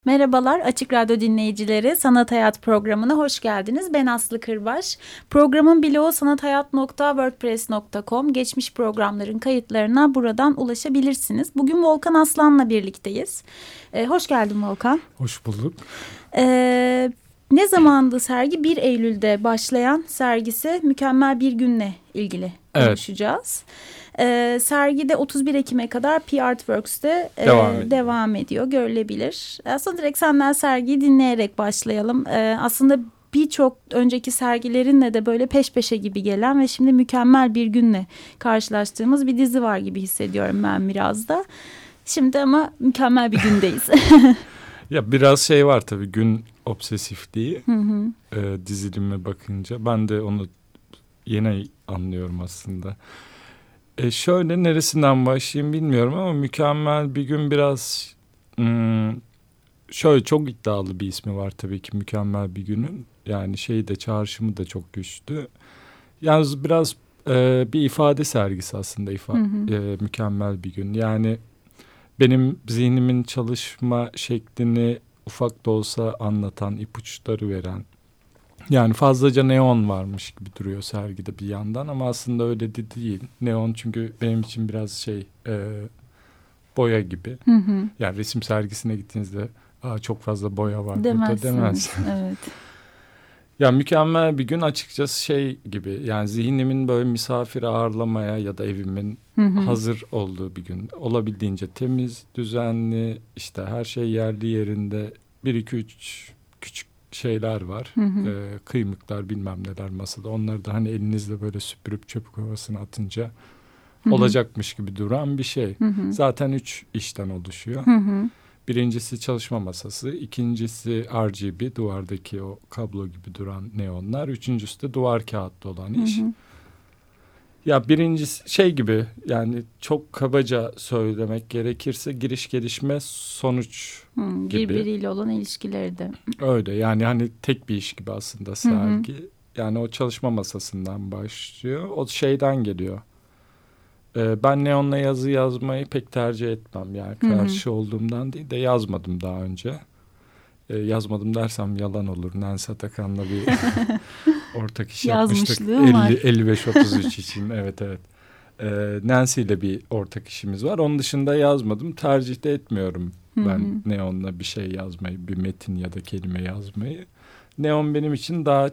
Merhabalar Açık Radyo dinleyicileri, Sanat Hayat programına hoş geldiniz. Ben Aslı Kırbaş. Programın blogu sanathayat.wordpress.com. Geçmiş programların kayıtlarına buradan ulaşabilirsiniz. Bugün Volkan Aslan'la birlikteyiz. Hoş geldin Volkan. Hoş bulduk. Ne zamandı sergi? 1 Eylül'de başlayan sergisi Mükemmel Bir Gün'le ilgili konuşacağız. Sergide 31 Ekim'e kadar P-Artworks'te devam ediyor. Görülebilir. Aslında direkt senden sergiyi dinleyerek başlayalım. Aslında birçok önceki sergilerinle de böyle peş peşe gibi gelen ve şimdi Mükemmel Bir Gün'le karşılaştığımız bir dizi var gibi hissediyorum ben biraz da. Şimdi ama mükemmel bir gündeyiz. Ya biraz şey var tabii, gün obsesifliği dizilime bakınca. Ben de onu yeni anlıyorum aslında. Şöyle, neresinden başlayayım bilmiyorum ama Mükemmel Bir Gün biraz şöyle çok iddialı bir ismi var tabii ki Mükemmel Bir Gün'ün. Yani çağrışımı da çok güçlü. Yalnız biraz bir ifade sergisi aslında Mükemmel Bir Gün. Yani benim zihnimin çalışma şeklini ufak da olsa anlatan, ipuçları veren. Yani fazlaca neon varmış gibi duruyor sergide bir yandan ama aslında öyle de değil. Neon çünkü benim için biraz boya gibi. Yani resim sergisine gittiğinizde çok fazla boya var burada demezsiniz. Evet. Ya Mükemmel Bir Gün açıkçası gibi, yani zihnimin böyle misafir ağırlamaya ya da evimin hazır olduğu bir gün. Olabildiğince temiz, düzenli, işte her şey yerli yerinde, 1-2-3 küçük şeyler var. Kıymıklar bilmem neler masada. Onları da hani elinizle böyle süpürüp çöp kovasına atınca olacakmış gibi duran bir şey. Zaten 3 işten oluşuyor. Birincisi çalışma masası, ikincisi RGB, duvardaki o kablo gibi duran neonlar, üçüncüsü de duvar kağıtlı olan iş. Ya birincisi gibi, yani çok kabaca söylemek gerekirse giriş gelişme sonuç gibi. Birbiriyle olan ilişkileri de. Öyle, yani hani tek bir iş gibi aslında sergi. Yani o çalışma masasından başlıyor, o şeyden geliyor. Ben neonla yazı yazmayı pek tercih etmem. Yani karşı olduğumdan değil de yazmadım daha önce. Yazmadım dersem yalan olur. Nancy Atakan'la bir ortak iş yapmıştık. 55-33 için. Evet. Nancy ile bir ortak işimiz var. Onun dışında yazmadım. Tercih de etmiyorum ben neonla bir şey yazmayı, bir metin ya da kelime yazmayı. Neon benim için daha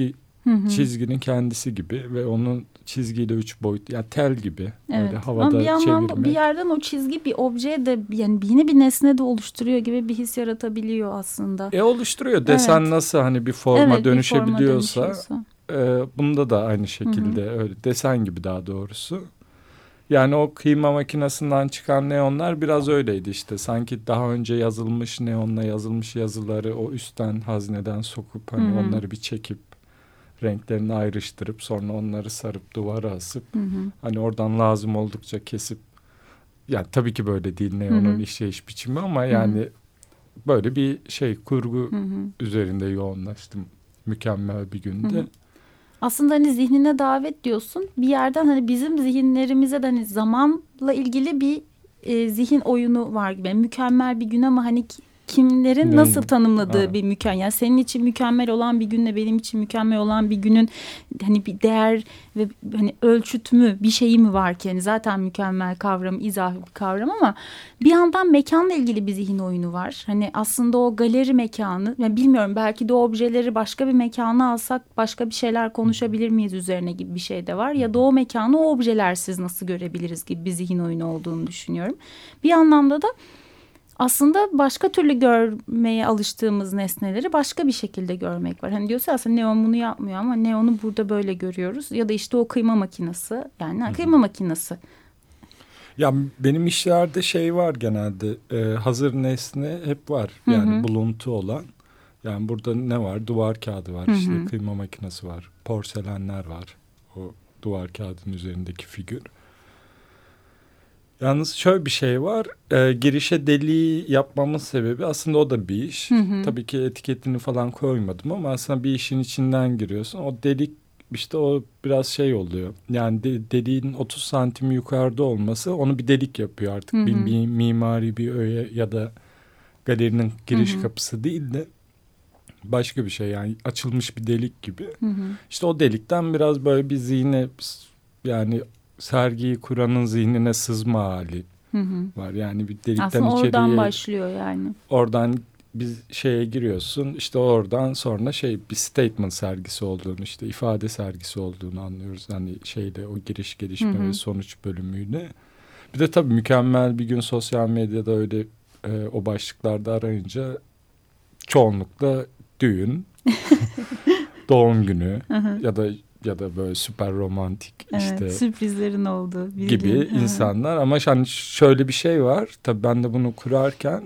çizginin kendisi gibi ve onun çizgiyle 3 boyut, yani tel gibi. Evet. Öyle havada ama bir yandan çevirmek. Bir yerden o çizgi bir objeye de, yani yine bir nesne de oluşturuyor gibi bir his yaratabiliyor aslında. Oluşturuyor. Desen nasıl hani bir forma dönüşebiliyorsa bunda da aynı şekilde öyle desen gibi, daha doğrusu. Yani o kıyma makinesinden çıkan neonlar biraz öyleydi işte. Sanki daha önce yazılmış neonla yazılmış yazıları o üstten, hazneden sokup hani onları bir çekip renklerini ayrıştırıp sonra onları sarıp duvara asıp hani oradan lazım oldukça kesip, yani tabii ki böyle değil neonun işleyiş biçimi ama yani böyle bir kurgu üzerinde yoğunlaştım Mükemmel Bir Günde. Aslında hani zihnine davet diyorsun. Bir yerden hani bizim zihinlerimize de hani zamanla ilgili bir zihin oyunu var gibi. Yani mükemmel bir gün ama hani kimlerin nasıl tanımladığı bir mükemmel. Yani senin için mükemmel olan bir günle benim için mükemmel olan bir günün hani bir değer ve hani ölçüt mü, bir şeyi mi var ki? Yani zaten mükemmel kavramı izahı bir kavram ama bir yandan mekanla ilgili bir zihin oyunu var. Hani aslında o galeri mekanı, yani bilmiyorum, belki de o objeleri başka bir mekana alsak başka bir şeyler konuşabilir miyiz üzerine gibi bir şey de var. Ya da o mekanı o objelersiz nasıl görebiliriz gibi bir zihin oyunu olduğunu düşünüyorum. Bir anlamda da aslında başka türlü görmeye alıştığımız nesneleri başka bir şekilde görmek var. Hani diyorsa aslında neon bunu yapmıyor ama neonu burada böyle görüyoruz. Ya da işte o kıyma makinesi, yani kıyma makinesi. Ya benim işlerde var genelde, hazır nesne hep var. Yani buluntu olan. Yani burada ne var? Duvar kağıdı var, işte kıyma makinesi var, porselenler var. O duvar kağıdının üzerindeki figür. Yalnız şöyle bir şey var. Girişe deliği yapmamın sebebi aslında o da bir iş. Tabii ki etiketini falan koymadım ama aslında bir işin içinden giriyorsun. O delik işte o biraz oluyor. Yani deliğin 30 santim yukarıda olması onu bir delik yapıyor artık. Bir mimari bir öğe ya da galerinin giriş kapısı değil de başka bir şey, yani açılmış bir delik gibi. İşte o delikten biraz böyle bir zihne, yani sergiyi kuranın zihnine sızma hali var. Yani bir delikten aslında içeriye. oradan başlıyor yani. Oradan bir şeye giriyorsun, işte oradan sonra bir statement sergisi olduğunu, işte ifade sergisi olduğunu anlıyoruz. Hani o giriş, gelişme ve sonuç bölümüyle. Bir de tabii mükemmel bir gün sosyal medyada öyle o başlıklarda arayınca çoğunlukla düğün, doğum günü ya da böyle süper romantik işte sürprizlerin olduğu gibi insanlar. Ama hani şöyle bir şey var. Tabii ben de bunu kurarken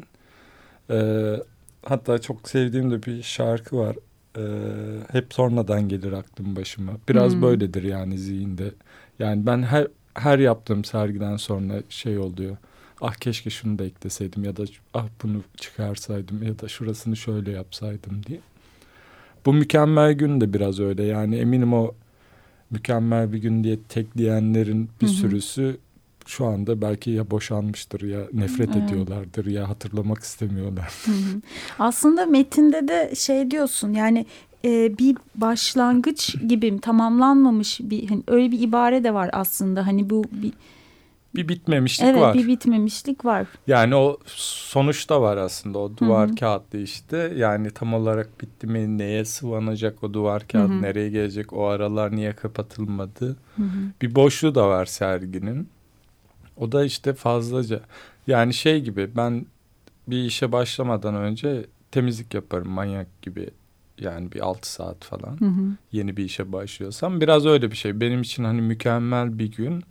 hatta çok sevdiğim de bir şarkı var. Hep sonradan gelir aklım başıma. Biraz böyledir yani zihinde. Yani ben her yaptığım sergiden sonra oluyor. Ah keşke şunu da ekleseydim ya da bunu çıkarsaydım ya da şurasını şöyle yapsaydım diye. Bu mükemmel gün de biraz öyle. Yani eminim o mükemmel bir gün diye tekleyenlerin bir sürüsü şu anda belki ya boşanmıştır ya nefret ediyorlardır ya hatırlamak istemiyorlar. Aslında metinde de diyorsun yani bir başlangıç gibi tamamlanmamış hani öyle bir ibare de var aslında. Hani bu bir bitmemişlik var. Evet, bir bitmemişlik var. Yani o sonuçta var aslında o duvar kağıtlı işte. Yani tam olarak bitti mi, neye sıvanacak o duvar kağıdı, nereye gelecek, o aralar niye kapatılmadı. Bir boşluğu da var serginin. O da işte fazlaca. Yani gibi, ben bir işe başlamadan önce temizlik yaparım manyak gibi. Yani bir 6 saat falan. Yeni bir işe başlıyorsam. Biraz öyle bir şey. Benim için hani mükemmel bir gün...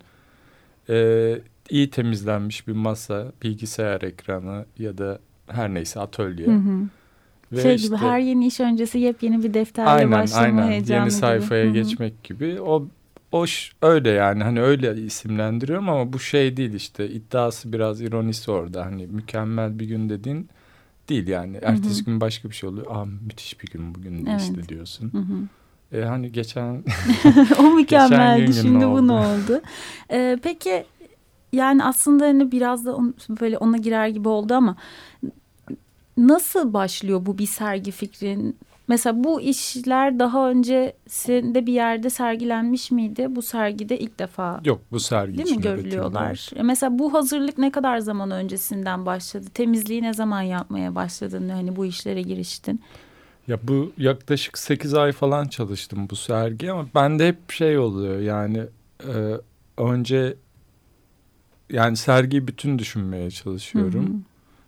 iyi temizlenmiş bir masa, bilgisayar ekranı ya da her neyse atölye. Ve gibi her yeni iş öncesi yepyeni bir defterle başlama heyecanı yeni sayfaya gibi. geçmek gibi. O öyle yani hani öyle isimlendiriyorum ama bu değil işte, iddiası biraz ironisi orada. Hani mükemmel bir gün dediğin değil yani. Ertesi gün başka bir şey oluyor. Müthiş bir gün bugün de işte diyorsun. Hani geçen o mükemmeldi, şimdi bu ne oldu? Peki yani aslında hani biraz da böyle ona girer gibi oldu ama nasıl başlıyor bu bir sergi fikrin? Mesela bu işler daha önce de bir yerde sergilenmiş miydi? Bu sergide ilk defa. Yok, bu sergi değil mi görülüyorlar? Mesela bu hazırlık ne kadar zaman öncesinden başladı? Temizliği ne zaman yapmaya başladın? Hani bu işlere giriştin? Ya bu yaklaşık 8 ay falan çalıştım bu sergi ama bende hep oluyor yani önce yani sergiyi bütün düşünmeye çalışıyorum.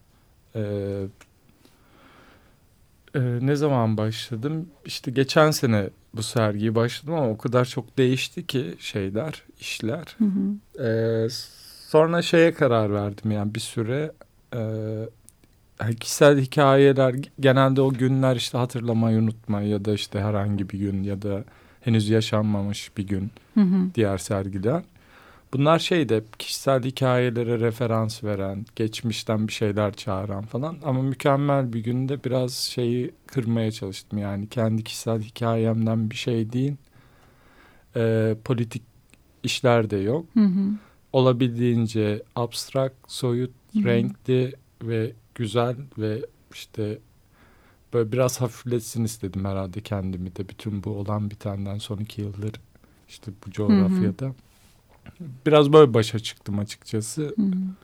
Ne zaman başladım? İşte geçen sene bu sergiyi başladım ama o kadar çok değişti ki işler. Sonra karar verdim yani bir süre kişisel hikayeler genelde o günler işte hatırlamayı unutmayı ya da işte herhangi bir gün ya da henüz yaşanmamış bir gün diğer sergiler. Bunlar kişisel hikayelere referans veren, geçmişten bir şeyler çağıran falan ama mükemmel bir günde biraz kırmaya çalıştım. Yani kendi kişisel hikayemden bir şey değil, politik işler de yok. Olabildiğince abstrak, soyut, renkli ve güzel ve işte böyle biraz hafifletsin istedim herhalde kendimi de bütün bu olan bitenden son 2 yıldır işte bu coğrafyada. Biraz böyle başa çıktım açıkçası.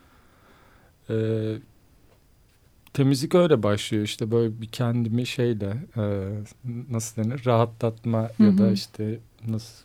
Temizlik öyle başlıyor işte böyle bir kendimi nasıl denir rahatlatma ya da işte nasıl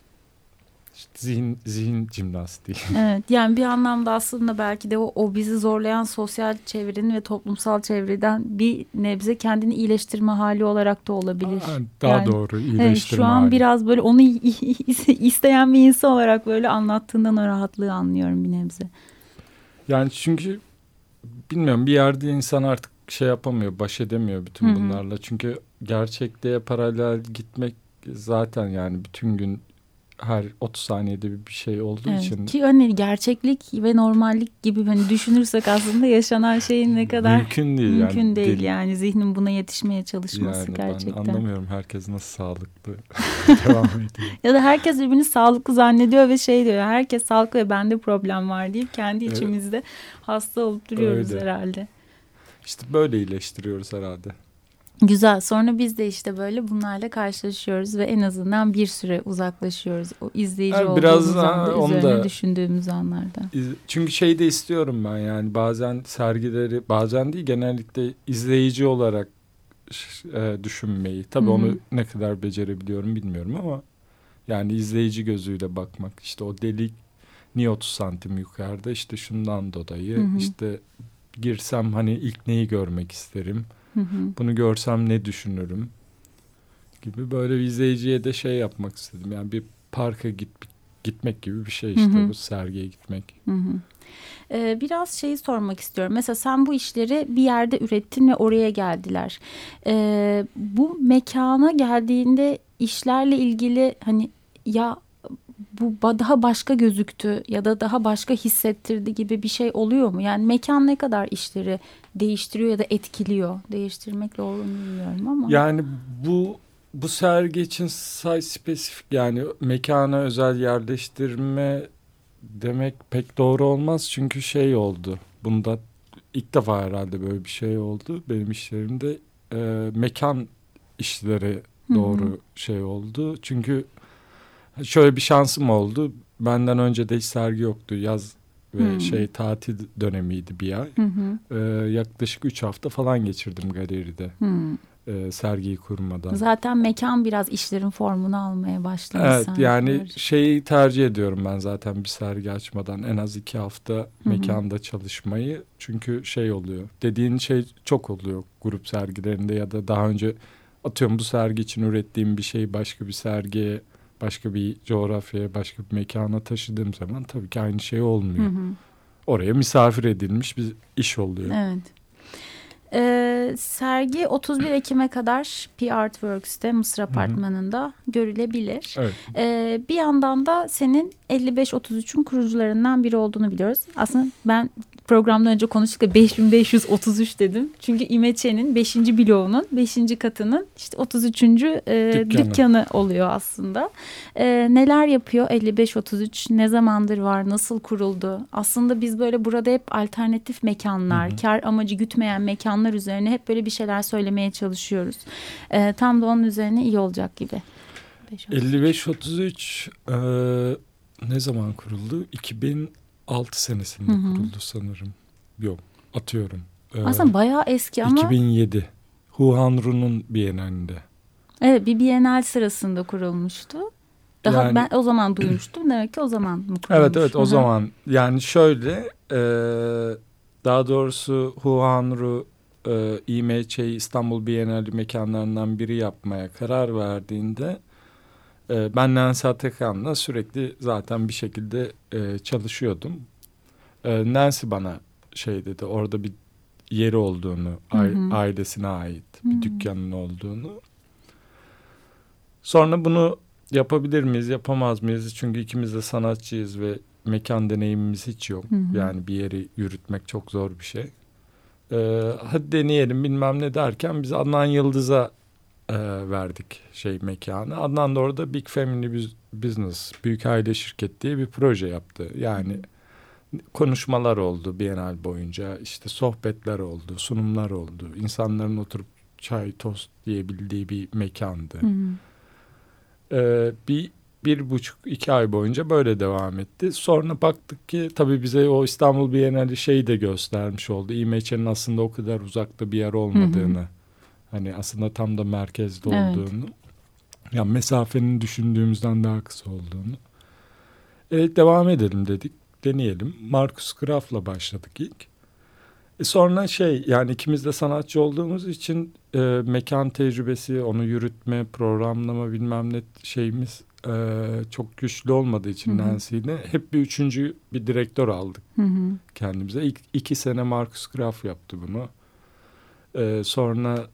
zihin jimnastiği. Evet, yani bir anlamda aslında belki de o bizi zorlayan sosyal çevrenin ve toplumsal çevreden bir nebze kendini iyileştirme hali olarak da olabilir. Daha doğru, iyileştirme şu an hali. biraz böyle onu isteyen bir insan olarak böyle anlattığından o rahatlığı anlıyorum bir nebze. Yani çünkü bilmiyorum, bir yerde insan artık yapamıyor, baş edemiyor bütün bunlarla. Çünkü gerçekliğe paralel gitmek zaten yani bütün gün her 30 saniyede bir şey olduğu için. Ki hani gerçeklik ve normallik gibi hani düşünürsek aslında yaşanan şeyin ne kadar mümkün değil. Mümkün değil yani zihnin buna yetişmeye çalışması yani gerçekten. Ben anlamıyorum herkes nasıl sağlıklı devam ediyor. Ya da herkes birbirini sağlıklı zannediyor ve diyor herkes sağlıklı ve bende problem var deyip kendi içimizde hasta olup duruyoruz herhalde. İşte böyle iyileştiriyoruz herhalde. Güzel. Sonra biz de işte böyle bunlarla karşılaşıyoruz ve en azından bir süre uzaklaşıyoruz. O izleyici Yani olduğumuz anda, üzerine düşündüğümüz anlarda. Çünkü şey de istiyorum ben, yani bazen sergileri, bazen değil genellikle izleyici olarak düşünmeyi. Tabii onu ne kadar becerebiliyorum bilmiyorum ama yani izleyici gözüyle bakmak. İşte o delik niye 30 santim yukarıda, işte şundan dolayı, işte girsem hani ilk neyi görmek isterim, bunu görsem ne düşünürüm gibi, böyle bir izleyiciye de şey yapmak istedim. Yani bir parka gitmek gibi bir şey işte bu sergiye gitmek. Biraz şeyi sormak istiyorum. Mesela sen bu işleri bir yerde ürettin ve oraya geldiler. Bu mekana geldiğinde işlerle ilgili hani ya bu daha başka gözüktü ya da daha başka hissettirdi gibi bir şey oluyor mu? Yani mekan ne kadar işleri değiştiriyor ya da etkiliyor? Değiştirmek doğru mu bilmiyorum ama. Yani bu sergi için spesifik, yani mekana özel yerleştirme demek pek doğru olmaz. Çünkü şey oldu. Bunda ilk defa herhalde böyle bir şey oldu. Benim işlerimde mekan işleri doğru şey oldu. Çünkü şöyle bir şansım oldu. Benden önce de hiç sergi yoktu. Yaz ve tatil dönemiydi bir ay. Yaklaşık 3 hafta falan geçirdim galeride. Sergiyi kurmadan. Zaten mekan biraz işlerin formunu almaya başlamış. Evet, yani şeyi tercih ediyorum ben zaten bir sergi açmadan. En az 2 hafta mekanda çalışmayı. Çünkü şey oluyor. Dediğin şey çok oluyor grup sergilerinde ya da daha önce atıyorum bu sergi için ürettiğim bir şeyi başka bir sergiye, başka bir coğrafyaya, başka bir mekana taşıdığım zaman tabii ki aynı şey olmuyor. Oraya misafir edilmiş bir iş oluyor. Evet. Sergi 31 Ekim'e kadar P-Artworks'te Mısır Apartmanı'nda görülebilir. Evet. Bir yandan da senin 5533'ün kurucularından biri olduğunu biliyoruz. Aslında ben programdan önce konuştuk da 5533 dedim. Çünkü İmeçe'nin 5. bloğunun 5. katının işte 33. dükkanı oluyor aslında. Neler yapıyor 5533? Ne zamandır var? Nasıl kuruldu? Aslında biz böyle burada hep alternatif mekanlar, kar amacı gütmeyen mekanlar üzerine hep böyle bir şeyler söylemeye çalışıyoruz. Tam da onun üzerine iyi olacak gibi. 5533 ne zaman kuruldu? 2006 senesinde kuruldu sanırım. Yok, atıyorum. Aslında bayağı eski ama. 2007. Huanru'nun Bienalinde. Evet, bir Bienal sırasında kurulmuştu. Daha yani, ben o zaman duymuştum. Demek ki o zaman mı kurulmuş? Evet o zaman. Yani şöyle daha doğrusu Huanru İMÇ'yi İstanbul Bienali mekanlarından biri yapmaya karar verdiğinde ben Nancy Atakan'la sürekli zaten bir şekilde çalışıyordum. Nancy bana şey dedi, orada bir yeri olduğunu, ailesine ait bir dükkanın olduğunu. Sonra bunu yapabilir miyiz, yapamaz mıyız? Çünkü ikimiz de sanatçıyız ve mekan deneyimimiz hiç yok. Yani bir yeri yürütmek çok zor bir şey. Hadi deneyelim bilmem ne derken biz Adnan Yıldız'a verdik mekanı. Adnan da orada Big Family Business, Büyük Aile Şirket diye bir proje yaptı. Yani konuşmalar oldu Bienal boyunca, işte sohbetler oldu, sunumlar oldu. İnsanların oturup çay, tost diyebildiği bir mekandı. 1,5-2 ay boyunca böyle devam etti. Sonra baktık ki tabii bize o İstanbul Bienali şeyi de göstermiş oldu. İMÇ'nin aslında o kadar uzakta bir yer olmadığını. Hani aslında tam da merkezde olduğunu. Yani mesafenin düşündüğümüzden daha kısa olduğunu. Devam edelim dedik. Deneyelim. Marcus Graf'la başladık ilk. Sonra yani ikimiz de sanatçı olduğumuz için mekan tecrübesi, onu yürütme, programlama bilmem ne şeyimiz çok güçlü olmadığı için Nancy'yle hep bir üçüncü bir direktör aldık kendimize. İlk 2 sene Marcus Graf yaptı bunu. Sonra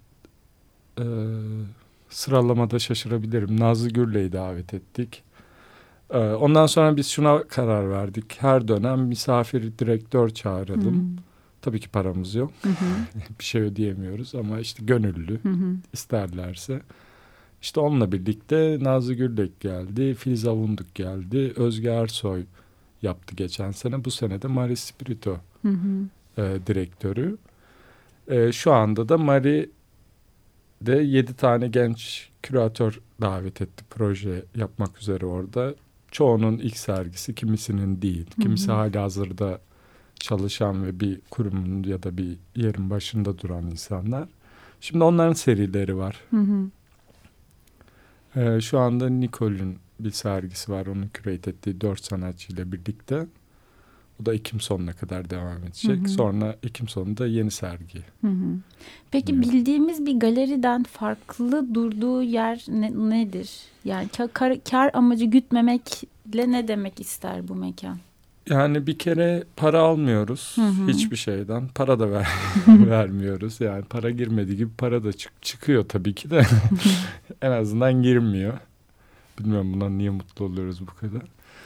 sıralamada şaşırabilirim. Nazlı Gürley'i davet ettik. Ondan sonra biz şuna karar verdik. Her dönem misafir direktör çağıralım. Tabii ki paramız yok. Bir şey ödeyemiyoruz ama işte gönüllü isterlerse. İşte onunla birlikte Nazlı Gürlek geldi, Filiz Avunduk geldi, Özge Ersoy yaptı geçen sene. Bu sene de Maris Spirito direktörü. Şu anda da Mari'de 7 tane genç küratör davet etti proje yapmak üzere orada. Çoğunun ilk sergisi, kimisinin değil. Kimisi halihazırda çalışan ve bir kurumun ya da bir yerin başında duran insanlar. Şimdi onların serileri var. Şu anda Nicole'ün bir sergisi var. Onun curate ettiği 4 sanatçıyla birlikte. O da Ekim sonuna kadar devam edecek. Sonra Ekim sonunda yeni sergi. Peki bildiğimiz bir galeriden farklı durduğu yer nedir? Yani kar amacı gütmemekle ne demek ister bu mekan? Yani bir kere para almıyoruz hiçbir şeyden. Para da vermiyoruz. Yani para girmediği gibi para da çıkıyor tabii ki de. En azından girmiyor. Bilmiyorum buna niye mutlu oluyoruz bu kadar.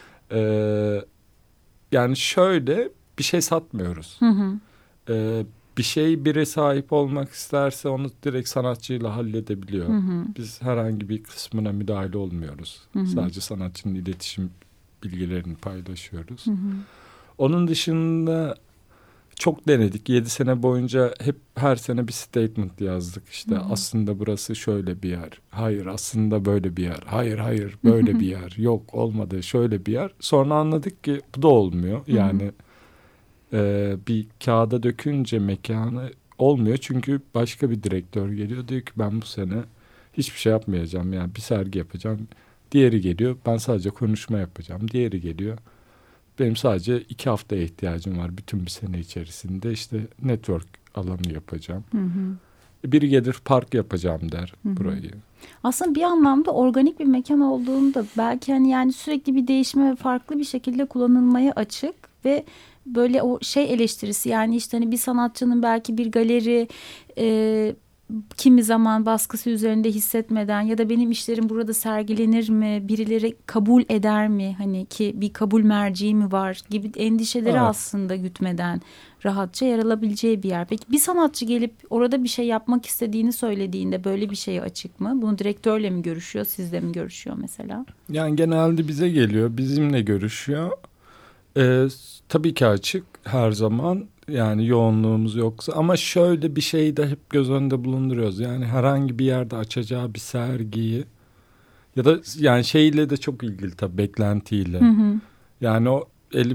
Yani şöyle bir şey satmıyoruz. Bir şey biri sahip olmak isterse onu direkt sanatçıyla halledebiliyor. Biz herhangi bir kısmına müdahale olmuyoruz. Sadece sanatçının iletişim bilgilerini paylaşıyoruz. Onun dışında çok denedik. 7 sene boyunca hep her sene bir statement yazdık. İşte aslında burası şöyle bir yer. Hayır aslında böyle bir yer. Hayır böyle bir yer. Yok olmadı şöyle bir yer. Sonra anladık ki bu da olmuyor. Yani bir kağıda dökünce mekanı olmuyor. Çünkü başka bir direktör geliyor. Diyor ki ben bu sene hiçbir şey yapmayacağım. Yani bir sergi yapacağım. Diğeri geliyor. Ben sadece konuşma yapacağım. Diğeri geliyor. Benim sadece 2 haftaya ihtiyacım var bütün bir sene içerisinde. İşte network alanı yapacağım. Biri gelir park yapacağım der burayı. Aslında bir anlamda organik bir mekan olduğunda belki hani yani sürekli bir değişime ve farklı bir şekilde kullanılmaya açık ve böyle o şey eleştirisi yani işte hani bir sanatçının belki bir galeri kimi zaman baskısı üzerinde hissetmeden ya da benim işlerim burada sergilenir mi, birileri kabul eder mi, hani ki bir kabul merci mi var gibi endişeleri aslında gütmeden rahatça yer alabileceği bir yer. Peki bir sanatçı gelip orada bir şey yapmak istediğini söylediğinde böyle bir şeye açık mı? Bunu direktörle mi görüşüyor, sizle mi görüşüyor mesela? Yani genelde bize geliyor, bizimle görüşüyor. Tabii ki açık her zaman. Yani yoğunluğumuz yoksa ama şöyle bir şeyi de hep göz önünde bulunduruyoruz. Yani herhangi bir yerde açacağı bir sergiyi ya da yani şeyle de çok ilgili tabii beklentiyle. Yani o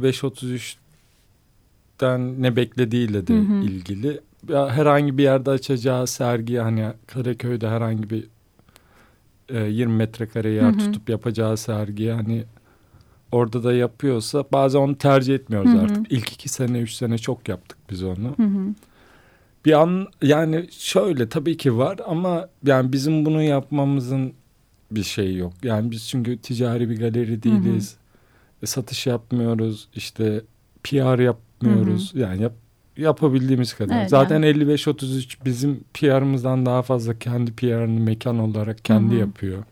55-33'ten ne beklediğiyle de ilgili. Ya herhangi bir yerde açacağı sergi hani Karaköy'de herhangi bir 20 metrekare yer tutup yapacağı sergi hani orada da yapıyorsa bazen onu tercih etmiyoruz artık. İlk 2 sene 3 sene çok yaptık biz onu. Bir an yani şöyle tabii ki var ama yani bizim bunu yapmamızın bir şeyi yok. Yani biz çünkü ticari bir galeri değiliz. Satış yapmıyoruz. İşte PR yapmıyoruz. Yani yapabildiğimiz kadar. Evet, zaten yani. 55-33 bizim PR'ımızdan daha fazla kendi PR'ını mekan olarak kendi yapıyor.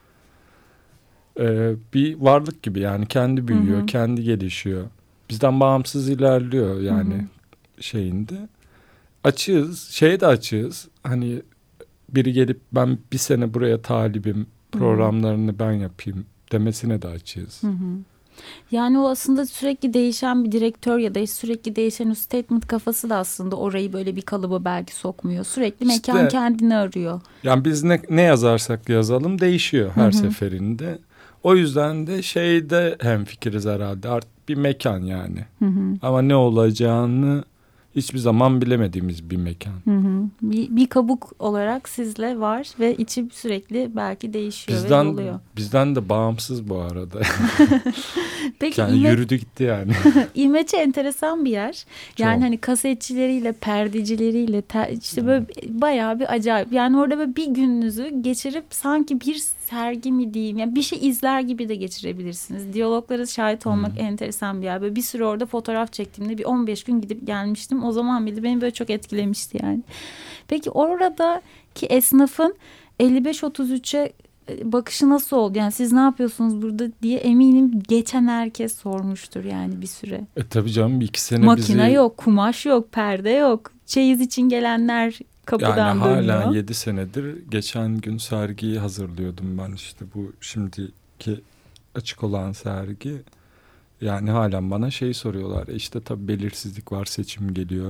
Bir varlık gibi yani kendi büyüyor, kendi gelişiyor. Bizden bağımsız ilerliyor yani şeyinde. Açığız, şeye de açığız. Hani biri gelip ben bir sene buraya talibim, programlarını ben yapayım demesine de açığız. Yani o aslında sürekli değişen bir direktör ya da sürekli değişen o statement kafası da aslında orayı böyle bir kalıba belki sokmuyor. Sürekli mekan işte, kendini arıyor. Yani biz ne yazarsak yazalım değişiyor her seferinde. O yüzden de şeyde hemfikiriz herhalde artık bir mekan yani. Ama ne olacağını hiçbir zaman bilemediğimiz bir mekan. Bir kabuk olarak sizle var ve içi sürekli belki değişiyor ve doluyor. Bizden de bağımsız bu arada. Peki yani yürüdü gitti yani. İmeç'e enteresan bir yer. Yani çok. Hani kasetçileriyle, perdecileriyle işte böyle bayağı bir acayip. Yani orada böyle bir gününüzü geçirip sanki bir sergi mi diyeyim, yani bir şey izler gibi de geçirebilirsiniz. Diyaloglara şahit olmak enteresan bir yer. Böyle bir süre orada fotoğraf çektiğimde bir 15 gün gidip gelmiştim. O zaman bile beni böyle çok etkilemişti yani. Peki oradaki esnafın 55-33'e bakışı nasıl oldu? Yani siz ne yapıyorsunuz burada diye eminim geçen herkes sormuştur yani bir süre. Tabii canım 2 sene makine yok, kumaş yok, perde yok. Çeyiz için gelenler kapıdan dönüyor. Yani hala 7 senedir geçen gün sergiyi hazırlıyordum ben işte bu şimdiki açık olan sergi. Yani halen bana şey soruyorlar işte tabii belirsizlik var seçim geliyor.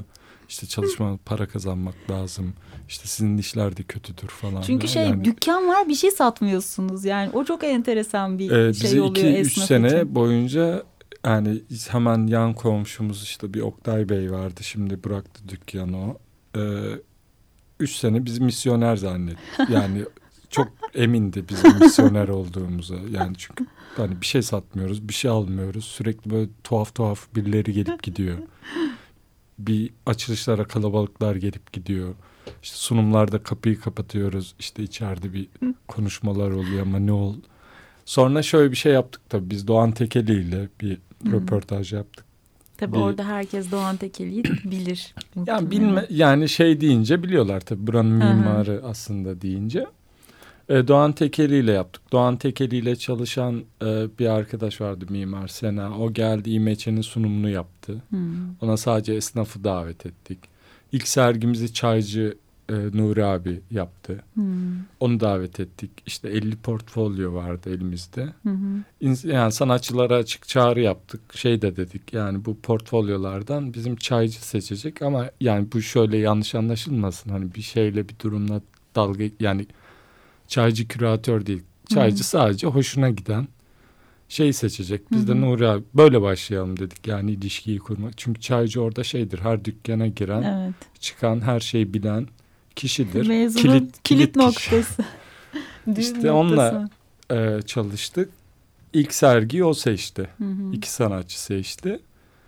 İşte çalışma, para kazanmak lazım. İşte sizin işler de kötüdür falan. Çünkü yani, dükkan var, bir şey satmıyorsunuz. Yani o çok enteresan bir şey oluyor esnaf için. Bizi 2-3 sene boyunca yani hemen yan komşumuz işte bir Oktay Bey vardı. Şimdi bıraktı dükkanı o. 3 sene bizi misyoner zannetti. Yani çok emindi bizim misyoner olduğumuza. Yani çünkü hani bir şey satmıyoruz, bir şey almıyoruz. Sürekli böyle tuhaf birileri gelip gidiyor. Bir açılışlara kalabalıklar gelip gidiyor. İşte sunumlarda kapıyı kapatıyoruz. İşte içeride bir konuşmalar oluyor ama ne oldu? Sonra şöyle bir şey yaptık tabii. Biz Doğan Tekeli ile bir röportaj yaptık. Tabii orada herkes Doğan Tekeli'yi bilir. Yani şey deyince biliyorlar tabii. Buranın mimarı aslında deyince. Doğan Tekeli ile yaptık. Doğan Tekeli ile çalışan bir arkadaş vardı, mimar Sena. O geldi, İMÇ'nin sunumunu yaptı. Ona sadece esnafı davet ettik. İlk sergimizi çaycı Nuri abi yaptı. Onu davet ettik. İşte 50 portfolyo vardı elimizde. Yani sanatçılara açık çağrı yaptık. Şey de dedik, yani bu portfolyolardan bizim çaycı seçecek ama yani bu şöyle yanlış anlaşılmasın. Hani bir şeyle, bir durumla dalga, yani çaycı küratör değil. Çaycı sadece hoşuna giden şey seçecek. Biz de Nuri abi böyle başlayalım dedik. Yani ilişkiyi kurmak. Çünkü çaycı orada şeydir. Her dükkana giren, çıkan, her şeyi bilen kişidir. Mezunun kilit noktası. İşte onunla çalıştık. İlk sergiyi o seçti. 2 sanatçı seçti.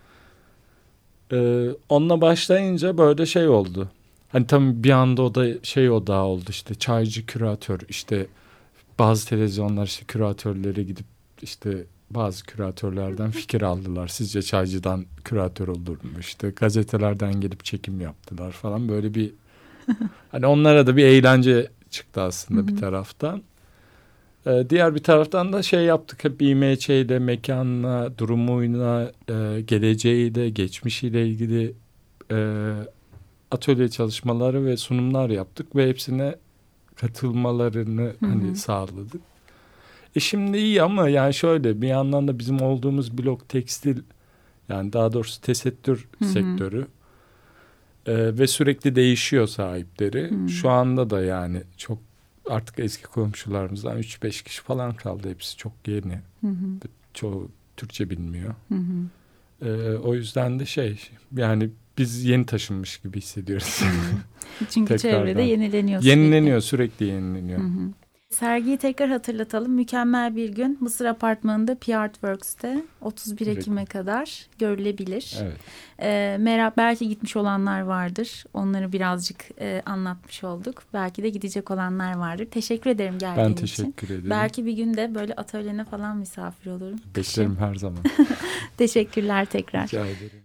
Onunla başlayınca böyle şey oldu. Hani tabii bir anda o da şey odağı oldu, işte çaycı küratör, işte bazı televizyonlar işte küratörlere gidip işte bazı küratörlerden fikir aldılar. Sizce çaycıdan küratör olur mu? İşte gazetelerden gelip çekim yaptılar falan, böyle bir hani onlara da bir eğlence çıktı aslında bir taraftan. Diğer bir taraftan da şey yaptık, hep İMÇ'yle, mekanla, durumuyla, geleceğiyle, geçmişiyle ilgili atölye çalışmaları ve sunumlar yaptık ve hepsine katılmalarını hani sağladık. Şimdi iyi ama yani şöyle, bir yandan da bizim olduğumuz blok tekstil, yani daha doğrusu tesettür sektörü ve sürekli değişiyor sahipleri. Şu anda da yani çok artık eski komşularımızdan 3-5 kişi falan kaldı. Hepsi çok yeni. Çoğu Türkçe bilmiyor. O yüzden de yani biz yeni taşınmış gibi hissediyoruz. Çünkü çevrede yenileniyor. Yenileniyor, sürekli yenileniyor. Sergiyi tekrar hatırlatalım. Mükemmel bir gün Mısır Apartmanı'nda P-Artworks'te 31 Ekim'e kadar görülebilir. Evet. Belki gitmiş olanlar vardır. Onları birazcık anlatmış olduk. Belki de gidecek olanlar vardır. Teşekkür ederim geldiğin için. Ben teşekkür ederim. Belki bir gün de böyle atölyene falan misafir olurum. Beklerim her zaman. Teşekkürler tekrar. Rica ederim.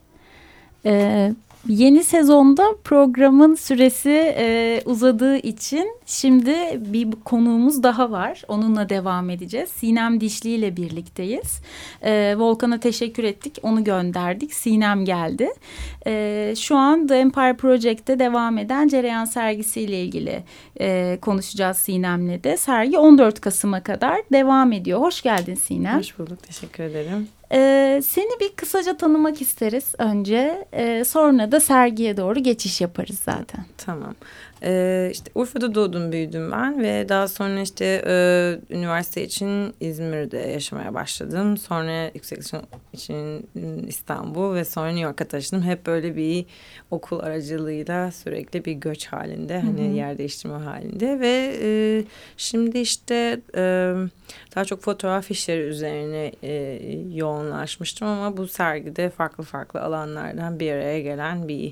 Yeni sezonda programın süresi uzadığı için şimdi bir konuğumuz daha var. Onunla devam edeceğiz. Sinem Dişli ile birlikteyiz. Volkan'a teşekkür ettik. Onu gönderdik. Sinem geldi. Şu an The Empire Project'te devam eden Cereyan sergisiyle ilgili konuşacağız Sinem'le de. Sergi 14 Kasım'a kadar devam ediyor. Hoş geldin Sinem. Hoş bulduk. Teşekkür ederim. Seni bir kısaca tanımak isteriz önce. Sonra da sergiye doğru geçiş yaparız zaten. Tamam. İşte Urfa'da doğdum, büyüdüm ben ve daha sonra işte üniversite için İzmir'de yaşamaya başladım. Sonra yüksek lisans için İstanbul ve sonra New York'a taşındım. Hep böyle bir okul aracılığıyla sürekli bir göç halinde, hani yer değiştirme halinde ve şimdi işte daha çok fotoğraf işleri üzerine yoğunlaşmıştım ama bu sergide farklı alanlardan bir araya gelen bir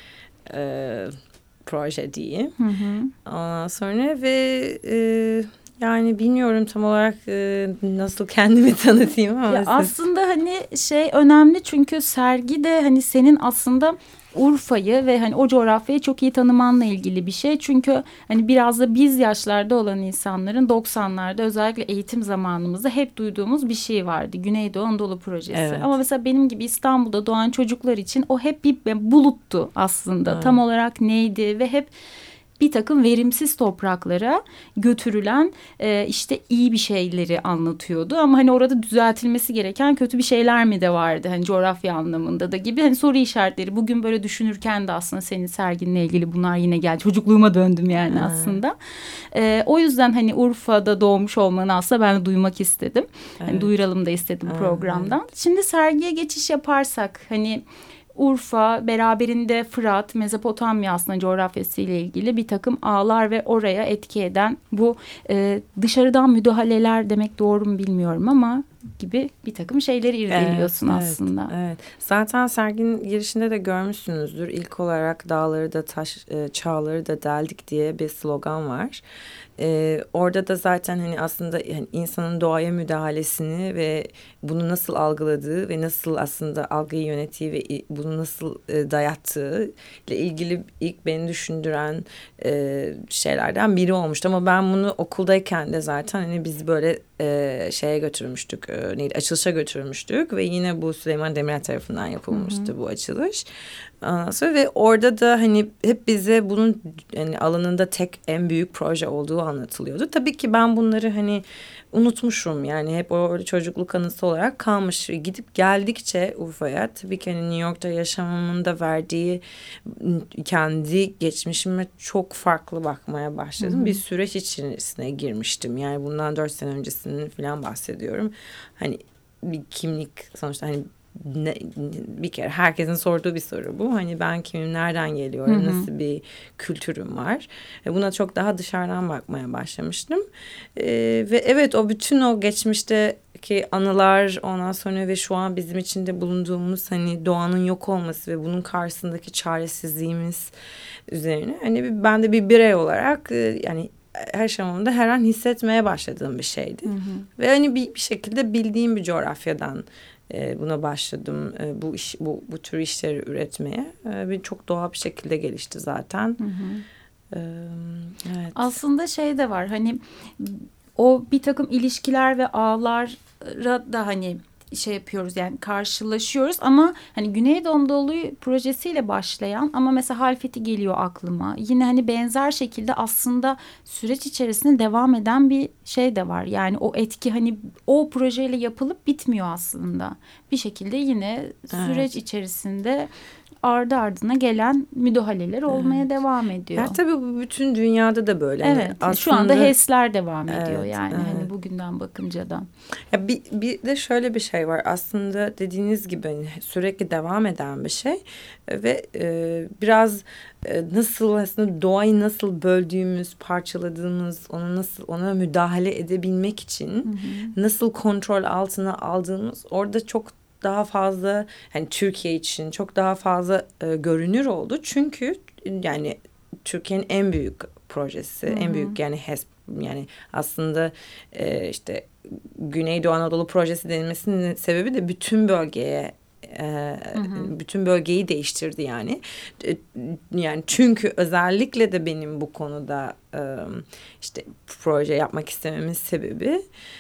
proje diyeyim. Ondan sonra ve yani bilmiyorum tam olarak nasıl kendimi tanıtayım ama aslında hani şey önemli, çünkü sergi de hani senin aslında Urfa'yı ve hani o coğrafyayı çok iyi tanımanla ilgili bir şey. Çünkü hani biraz da biz yaşlarda olan insanların 90'larda özellikle eğitim zamanımızda hep duyduğumuz bir şey vardı. Güneydoğu Anadolu Projesi. Evet. Ama mesela benim gibi İstanbul'da doğan çocuklar için o hep bir buluttu aslında. Evet. Tam olarak neydi ve hep bir takım verimsiz topraklara götürülen işte iyi bir şeyleri anlatıyordu. Ama hani orada düzeltilmesi gereken kötü bir şeyler mi de vardı? Hani coğrafya anlamında da gibi. Hani soru işaretleri. Bugün böyle düşünürken de aslında senin serginle ilgili bunlar yine geldi. Çocukluğuma döndüm yani aslında. O yüzden hani Urfa'da doğmuş olmanı aslında ben de duymak istedim. Evet. Hani duyuralım da istedim programdan. Evet. Şimdi sergiye geçiş yaparsak hani Urfa, beraberinde Fırat, Mezopotamya aslında coğrafyasıyla ilgili bir takım ağlar ve oraya etki eden bu dışarıdan müdahaleler demek doğru mu bilmiyorum ama gibi bir takım şeyleri irdeliyorsun aslında. Evet. Zaten serginin girişinde de görmüşsünüzdür. İlk olarak dağları da çağları da deldik diye bir slogan var. Orada da zaten hani aslında yani insanın doğaya müdahalesini ve bunu nasıl algıladığı ve nasıl aslında algıyı yönettiği ve bunu nasıl dayattığı ile ilgili ilk beni düşündüren şeylerden biri olmuştu. Ama ben bunu okuldayken de zaten hani biz böyle şeye götürmüştük, açılışa götürmüştük ve yine bu Süleyman Demirel tarafından yapılmıştı bu açılış. Ve orada da hani hep bize bunun yani alanında tek en büyük proje olduğu anlatılıyordu. Tabii ki ben bunları hani unutmuşum yani hep orada çocukluk anısı olarak kalmış. Gidip geldikçe Urfa'ya tabii ki hani New York'ta yaşamamın da verdiği kendi geçmişime çok farklı bakmaya başladım. Bir süreç içerisine girmiştim. Yani bundan 4 sene öncesinin falan bahsediyorum. Hani bir kimlik sonuçta hani bir kere herkesin sorduğu bir soru bu. Hani ben kimim, nereden geliyorum, nasıl bir kültürüm var. Buna çok daha dışarıdan bakmaya başlamıştım. Ve evet o bütün o geçmişteki anılar ondan sonra ve şu an bizim içinde bulunduğumuz hani doğanın yok olması ve bunun karşısındaki çaresizliğimiz üzerine hani ben de bir birey olarak yani her yaşamımda her an hissetmeye başladığım bir şeydi. Ve hani bir şekilde bildiğim bir coğrafyadan buna başladım. Bu tür işleri üretmeye. Bir çok doğal bir şekilde gelişti zaten. Evet. Aslında şey de var. Hani o bir takım ilişkiler ve ağlara da hani şey yapıyoruz yani karşılaşıyoruz ama hani Güneydoğu Anadolu projesiyle başlayan ama mesela Halfeti geliyor aklıma. Yine hani benzer şekilde aslında süreç içerisinde devam eden bir şey de var. Yani o etki hani o projeyle yapılıp bitmiyor aslında. Bir şekilde yine süreç içerisinde ardı ardına gelen müdahaleler olmaya devam ediyor. Ya tabii bu bütün dünyada da böyle. Evet. Yani aslında, şu anda HES'ler devam ediyor yani hani bugünden bakınca da. Ya bir de şöyle bir şey var. Aslında dediğiniz gibi hani sürekli devam eden bir şey ve biraz nasıl aslında doğayı nasıl böldüğümüz, parçaladığımız, ona müdahale edebilmek için nasıl kontrol altına aldığımız orada çok daha fazla hani Türkiye için çok daha fazla görünür oldu. Çünkü yani Türkiye'nin en büyük projesi, en büyük yani HES yani aslında işte Güneydoğu Anadolu projesi denilmesinin sebebi de bütün bölgeye bütün bölgeyi değiştirdi yani. Yani çünkü özellikle de benim bu konuda işte proje yapmak istememin sebebi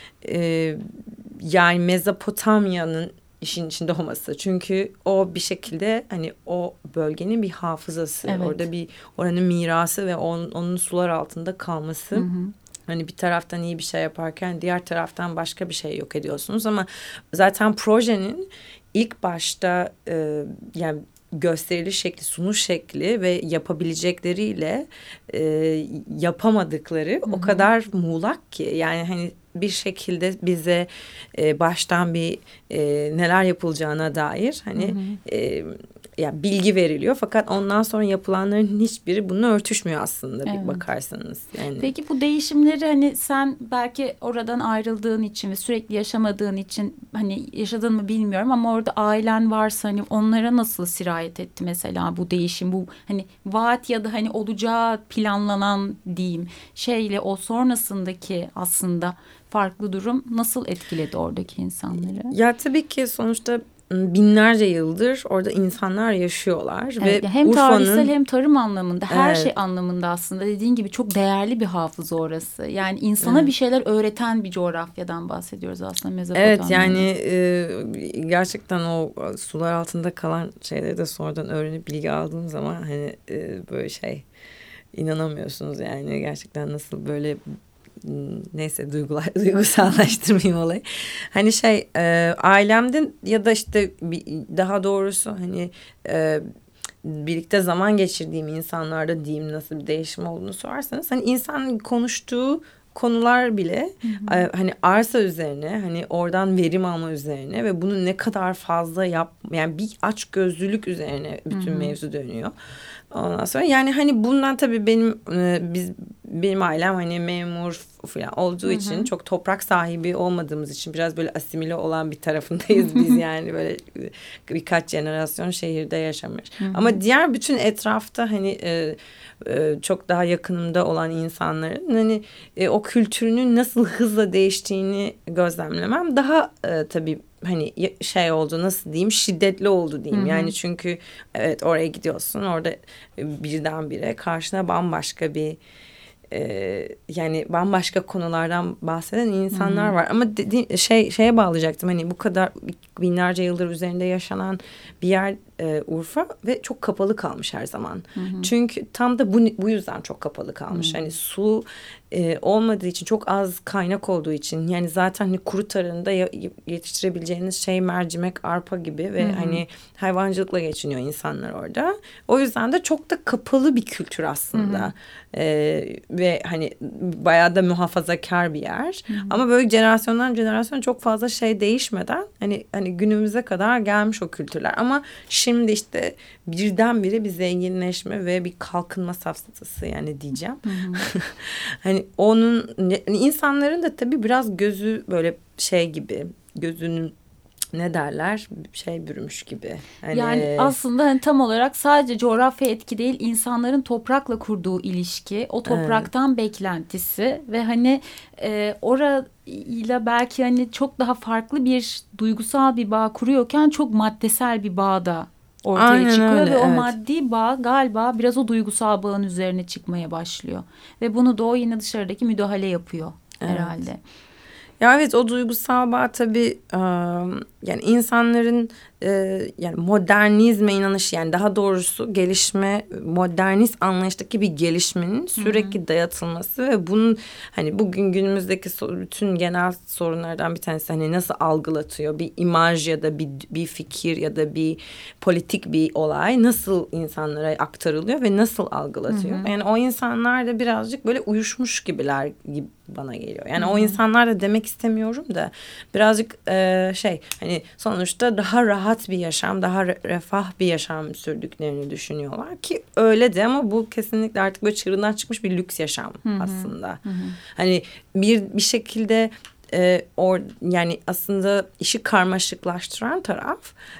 yani Mezopotamya'nın işin içinde olması. Çünkü o bir şekilde hani o bölgenin bir hafızası. Evet. Orada oranın mirası ve onun sular altında kalması. Hani bir taraftan iyi bir şey yaparken diğer taraftan başka bir şey yok ediyorsunuz. Ama zaten projenin ilk başta yani gösteriliş şekli, sunuş şekli ve yapabilecekleriyle yapamadıkları o kadar muğlak ki. Yani hani bir şekilde bize baştan bir neler yapılacağına dair hani yani bilgi veriliyor. Fakat ondan sonra yapılanların hiçbiri bununla örtüşmüyor aslında bir bakarsanız. Yani. Peki bu değişimleri hani sen belki oradan ayrıldığın için ve sürekli yaşamadığın için hani yaşadın mı bilmiyorum ama orada ailen varsa hani onlara nasıl sirayet etti mesela bu değişim, bu hani vaat ya da hani olacağı planlanan diyeyim şeyle o sonrasındaki aslında farklı durum nasıl etkiledi oradaki insanları? Ya tabii ki sonuçta binlerce yıldır orada insanlar yaşıyorlar. Evet, ve hem tarihsel hem tarım anlamında her şey anlamında aslında dediğin gibi çok değerli bir hafıza orası. Yani insana bir şeyler öğreten bir coğrafyadan bahsediyoruz aslında Mezopotamya'da. Evet yani gerçekten o sular altında kalan şeyleri de sonradan öğrenip bilgi aldığım zaman hani böyle şey inanamıyorsunuz yani gerçekten nasıl böyle neyse duygusallaştırmayayım olayı. Hani ailemden ya da işte daha doğrusu hani birlikte zaman geçirdiğim insanlarda diyeyim nasıl bir değişim olduğunu sorarsanız hani insanın konuştuğu konular bile hani arsa üzerine hani oradan verim alma üzerine ve bunu ne kadar fazla yani bir açgözlülük üzerine bütün mevzu dönüyor. Ondan sonra yani hani bundan tabii benim ailem hani memur falan olduğu için çok toprak sahibi olmadığımız için biraz böyle asimile olan bir tarafındayız biz yani böyle birkaç jenerasyon şehirde yaşamış. Ama diğer bütün etrafta hani çok daha yakınımda olan insanların hani o kültürünün nasıl hızla değiştiğini gözlemlemem daha tabii hani oldu nasıl diyeyim şiddetli oldu diyeyim. Yani çünkü evet oraya gidiyorsun orada birdenbire karşına bambaşka bir yani bambaşka konulardan bahseden insanlar var. Ama şeye bağlayacaktım hani bu kadar binlerce yıldır üzerinde yaşanan bir yer Urfa ve çok kapalı kalmış her zaman. Çünkü tam da bu yüzden çok kapalı kalmış. Hani su olmadığı için çok az kaynak olduğu için yani zaten hani kuru tarımda yetiştirebileceğiniz mercimek, arpa gibi ve hani hayvancılıkla geçiniyor insanlar orada. O yüzden de çok da kapalı bir kültür aslında. Ve hani bayağı da muhafazakar bir yer. Ama böyle jenerasyondan jenerasyona çok fazla değişmeden hani günümüze kadar gelmiş o kültürler. Ama şimdi işte birdenbire bir zenginleşme ve bir kalkınma safsatası yani diyeceğim. Hani onun insanların da tabii biraz gözü böyle gibi gözünün ne derler bürümüş gibi. Hani... Yani aslında hani tam olarak sadece coğrafya etki değil insanların toprakla kurduğu ilişki, o topraktan beklentisi ve hani orayla belki hani çok daha farklı bir duygusal bir bağ kuruyorken çok maddesel bir bağ da ortaya çıkıyor öyle, ve o maddi bağ galiba biraz o duygusal bağın üzerine çıkmaya başlıyor. Ve bunu da o yine dışarıdaki müdahale yapıyor herhalde. Ya evet o duygusal bağ tabii yani insanların yani modernizme inanışı yani daha doğrusu gelişme modernist anlayıştaki bir gelişmenin sürekli dayatılması ve bunun hani bugün günümüzdeki bütün genel sorunlardan bir tanesi hani nasıl algılatıyor bir imaj ya da bir fikir ya da bir politik bir olay nasıl insanlara aktarılıyor ve nasıl algılatıyor. Yani o insanlar da birazcık böyle uyuşmuş gibiler gibi bana geliyor. Yani o insanlar da demek istemiyorum da birazcık hani sonuçta daha rahat bir yaşam, daha refah bir yaşam sürdüklerini düşünüyorlar ki öyle de ama bu kesinlikle artık böyle çığırından çıkmış bir lüks yaşam aslında. Hani bir şekilde yani aslında işi karmaşıklaştıran taraf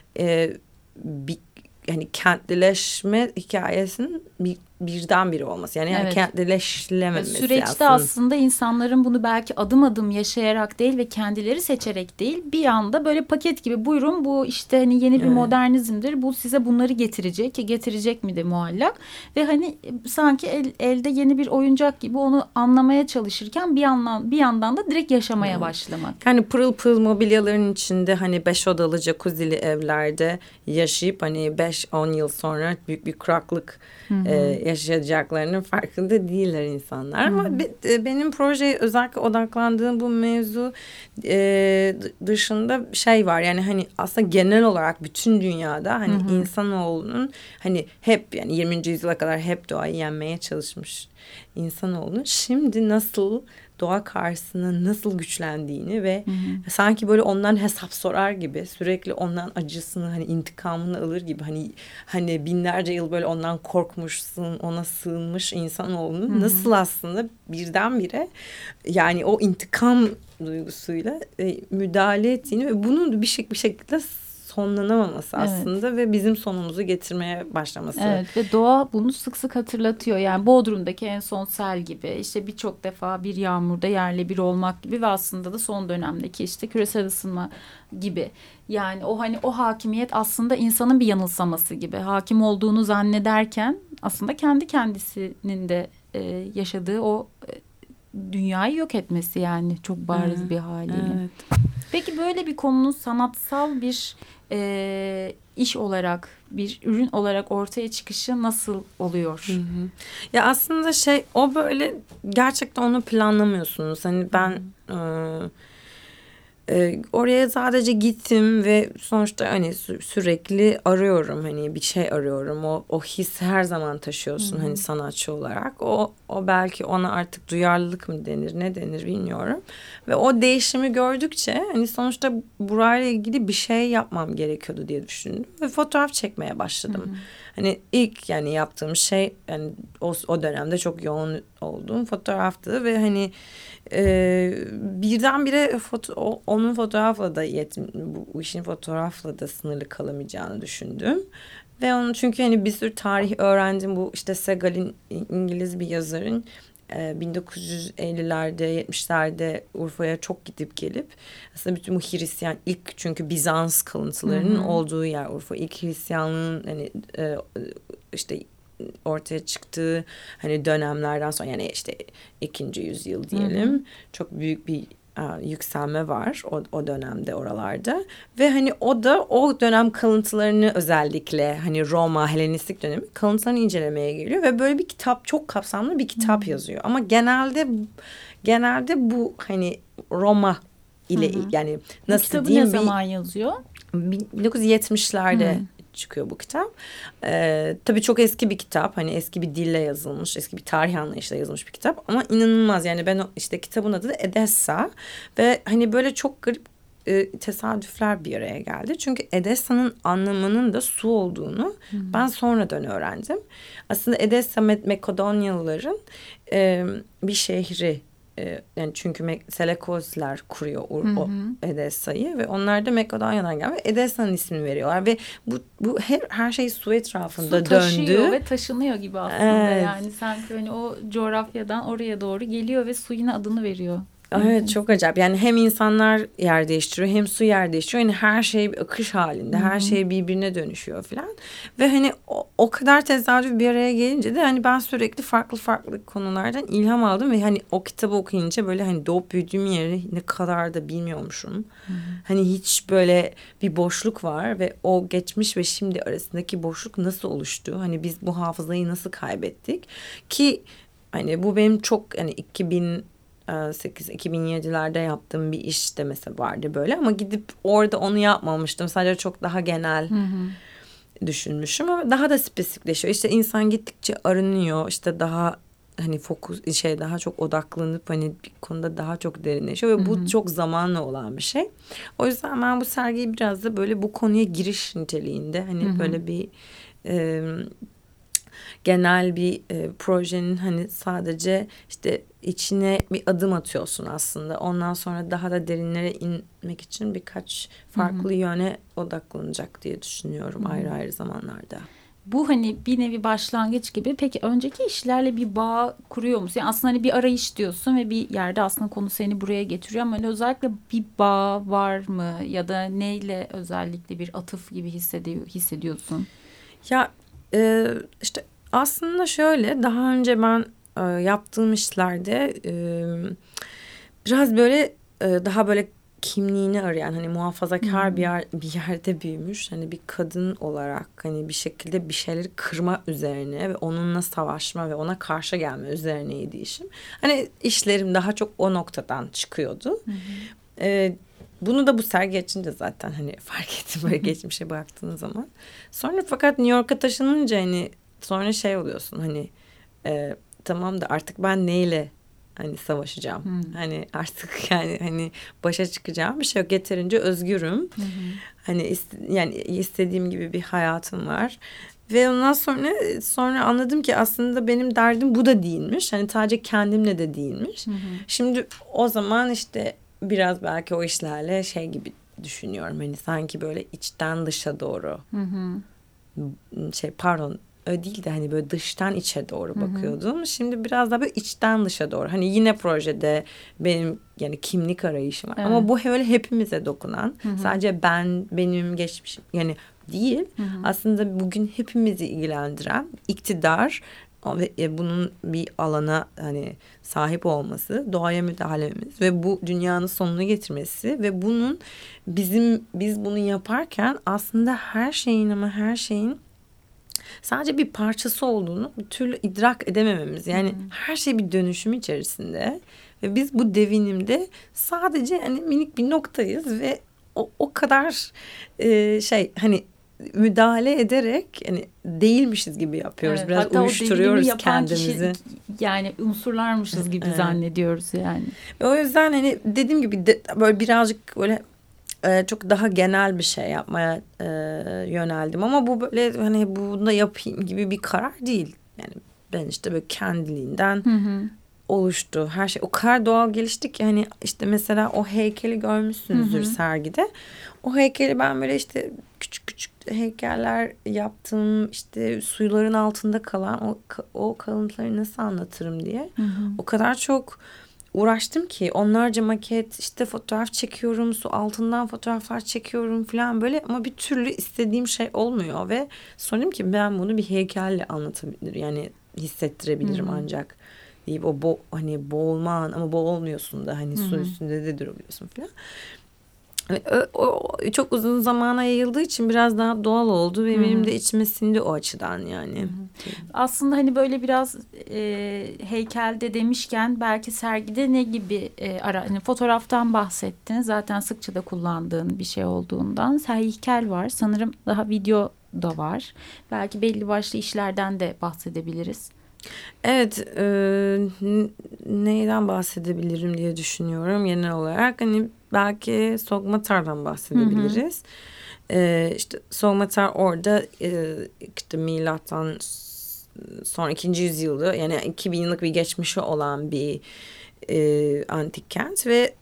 yani kentlileşme hikayesinin birdenbire olması. Yani kentlileşilememesi süreçte aslında insanların bunu belki adım adım yaşayarak değil ve kendileri seçerek değil bir anda böyle paket gibi buyurun bu işte hani yeni bir modernizmdir. Bu size bunları getirecek ki getirecek mi de muallak ve hani sanki elde yeni bir oyuncak gibi onu anlamaya çalışırken bir yandan da direkt yaşamaya başlamak. Yani pırıl pırıl mobilyaların içinde hani 5 odalı jacuzzi'li evlerde yaşayıp hani 5-10 yıl sonra büyük bir kuraklık yaşayacaklarının farkında değiller insanlar. Ama benim projeye özellikle odaklandığım bu mevzu dışında var. Yani hani aslında genel olarak bütün dünyada hani insanoğlunun hani hep yani 20. yüzyıla kadar hep doğayı yenmeye çalışmış insanoğlunun şimdi nasıl doğa karşısında nasıl güçlendiğini ve sanki böyle ondan hesap sorar gibi sürekli ondan acısını hani intikamını alır gibi hani binlerce yıl böyle ondan korkmuşsun ona sığınmış insanoğlunun nasıl aslında birdenbire yani o intikam duygusuyla müdahale ettiğini ve bunun bir şekilde sonlanamaması aslında ve bizim sonumuzu getirmeye başlaması. Evet ve doğa bunu sık sık hatırlatıyor. Yani Bodrum'daki en son sel gibi işte birçok defa bir yağmurda yerle bir olmak gibi ve aslında da son dönemdeki işte küresel ısınma gibi. Yani o hakimiyet aslında insanın bir yanılsaması gibi. Hakim olduğunu zannederken aslında kendi kendisinin de yaşadığı o dünyayı yok etmesi yani çok bariz bir haliyle. Evet. Peki böyle bir konunun sanatsal bir iş olarak, bir ürün olarak ortaya çıkışı nasıl oluyor? Ya aslında o böyle gerçekten onu planlamıyorsunuz. Hani ben oraya sadece gittim ve sonuçta hani sürekli arıyorum, hani bir şey arıyorum. O his her zaman taşıyorsun hani sanatçı olarak. O belki ona artık duyarlılık mı denir, ne denir bilmiyorum. Ve o değişimi gördükçe hani sonuçta burayla ilgili bir şey yapmam gerekiyordu diye düşündüm ve fotoğraf çekmeye başladım. Hani ilk yani yaptığım şey, yani o dönemde çok yoğun olduğum fotoğraftı ve hani birdenbire onun fotoğrafla da bu işin fotoğrafla da sınırlı kalamayacağını düşündüm. Ve onu, çünkü hani bir sürü tarih öğrendim. Bu işte Segal'in, İngiliz bir yazarın 1950'lerde 70'lerde Urfa'ya çok gidip gelip aslında bütün bu Hristiyan ilk, çünkü Bizans kalıntılarının olduğu yer Urfa. İlk Hristiyanlığın hani işte ortaya çıktığı hani dönemlerden sonra, yani işte 2. yüzyıl diyelim, çok büyük bir yükselme var o dönemde oralarda ve hani o da o dönem kalıntılarını, özellikle hani Roma Helenistik dönemi kalıntılarını incelemeye geliyor ve böyle bir kitap, çok kapsamlı bir kitap yazıyor ama genelde bu hani Roma ile yani nasıl kitabı diyeyim, ne zaman yazıyor? 1970'lerde çıkıyor bu kitap. Tabii çok eski bir kitap. Hani eski bir dille yazılmış, eski bir tarih anlayışla yazılmış bir kitap. Ama inanılmaz, yani ben işte kitabın adı da Edessa. Ve hani böyle çok garip tesadüfler bir araya geldi. Çünkü Edessa'nın anlamının da su olduğunu ben sonradan öğrendim. Aslında Edessa Makedonyalıların bir şehri. Yani çünkü Selekozlar kuruyor o Edessa'yı ve onlar da Makedonya'dan gelmiş. Edessa'nın ismini veriyorlar ve bu her şey su etrafında döndü. Su taşıyor ve taşınıyor gibi aslında. Evet. Yani sanki hani o coğrafyadan oraya doğru geliyor ve su yine adını veriyor. Evet, çok acayip. Yani hem insanlar yer değiştiriyor hem su yer değiştiriyor. Yani her şey bir akış halinde. Her şey birbirine dönüşüyor falan. Ve hani o kadar tesadüf bir araya gelince de hani ben sürekli farklı konulardan ilham aldım. Ve hani o kitabı okuyunca böyle hani doğup büyüdüğüm yeri ne kadar da bilmiyormuşum. Hani hiç böyle bir boşluk var ve o geçmiş ve şimdi arasındaki boşluk nasıl oluştu? Hani biz bu hafızayı nasıl kaybettik? Ki hani bu benim çok hani 2007'lerde yaptığım bir iş de mesela vardı böyle, ama gidip orada onu yapmamıştım. Sadece çok daha genel düşünmüşüm ama daha da spesifikleşiyor. İşte insan gittikçe arınıyor. İşte daha hani daha çok odaklanıp hani bir konuda daha çok derinleşiyor ve bu çok zamanla olan bir şey. O yüzden ben bu sergiyi biraz da böyle bu konuya giriş niteliğinde hani böyle bir genel bir projenin hani sadece işte içine bir adım atıyorsun aslında. Ondan sonra daha da derinlere inmek için birkaç farklı yöne odaklanacak diye düşünüyorum ayrı ayrı zamanlarda. Bu hani bir nevi başlangıç gibi. Peki önceki işlerle bir bağ kuruyor musun? Yani aslında hani bir arayış diyorsun ve bir yerde aslında konu seni buraya getiriyor ama hani özellikle bir bağ var mı? Ya da neyle özellikle bir atıf gibi hissediyorsun? Ya işte aslında şöyle, daha önce ben yaptığım işlerde biraz böyle daha böyle kimliğini arayan, hani muhafazakar bir yerde büyümüş hani bir kadın olarak hani bir şekilde bir şeyleri kırma üzerine ve onunla savaşma ve ona karşı gelme üzerineydi işim. Hani işlerim daha çok o noktadan çıkıyordu. Bunu da bu sergi açınca zaten hani fark ettim böyle geçmişe baktığın zaman. Sonra fakat New York'a taşınınca hani sonra şey oluyorsun hani tamam da artık ben neyle hani savaşacağım? Hani artık yani hani başa çıkacağım bir şey yok. Yeterince özgürüm. Hani yani istediğim gibi bir hayatım var. Ve ondan sonra anladım ki aslında benim derdim bu da değilmiş. Hani sadece kendimle de değilmiş. Şimdi o zaman işte biraz belki o işlerle şey gibi düşünüyorum. Hani sanki böyle içten dışa doğru. Öyle değil de hani böyle dıştan içe doğru bakıyordum. Şimdi biraz daha böyle içten dışa doğru. Hani yine projede benim yani kimlik arayışım var. Evet. Ama bu öyle hepimize dokunan. Sadece benim geçmişim yani değil. Aslında bugün hepimizi ilgilendiren iktidar, ve bunun bir alana hani sahip olması, doğaya müdahalemiz ve bu dünyanın sonunu getirmesi ve bunun biz bunu yaparken aslında her şeyin sadece bir parçası olduğunu bir türlü idrak edemememiz. Yani her şey bir dönüşüm içerisinde ve biz bu devinimde sadece hani minik bir noktayız ve o kadar hani müdahale ederek hani değilmişiz gibi yapıyoruz. Evet, biraz uyuşturuyoruz kendimizi. Yani unsurlarmışız gibi zannediyoruz yani. Ve o yüzden hani dediğim gibi böyle birazcık böyle çok daha genel bir şey yapmaya yöneldim. Ama bu böyle hani bunu da yapayım gibi bir karar değil. Yani ben işte böyle kendiliğinden oluştu. Her şey o kadar doğal gelişti ki hani işte mesela o heykeli görmüşsünüzdür sergide. O heykeli ben böyle işte küçük heykeller yaptım. İşte suyların altında kalan o kalıntıları nasıl anlatırım diye. O kadar çok uğraştım ki onlarca maket işte fotoğraf çekiyorum, su altından fotoğraflar çekiyorum falan böyle ama bir türlü istediğim şey olmuyor ve sonra ki ben bunu bir heykelle anlatabilirim yani hissettirebilirim ancak deyip hani boğulman ama boğulmuyorsun da hani su üstünde de durabiliyorsun falan. O çok uzun zamana yayıldığı için biraz daha doğal oldu ve benim de içime sindi o açıdan yani. Aslında hani böyle biraz heykelde demişken belki sergide ne gibi hani fotoğraftan bahsettin. Zaten sıkça da kullandığın bir şey olduğundan. Heykel var. Sanırım daha video da var. Belki belli başlı işlerden de bahsedebiliriz. Evet, neyden bahsedebilirim diye düşünüyorum genel olarak. Hani belki Sogmatar'dan bahsedebiliriz. İşte Sogmatar orada işte milattan sonra 2. yüzyılda yani 2000 yıllık bir geçmişi olan bir antik kent ve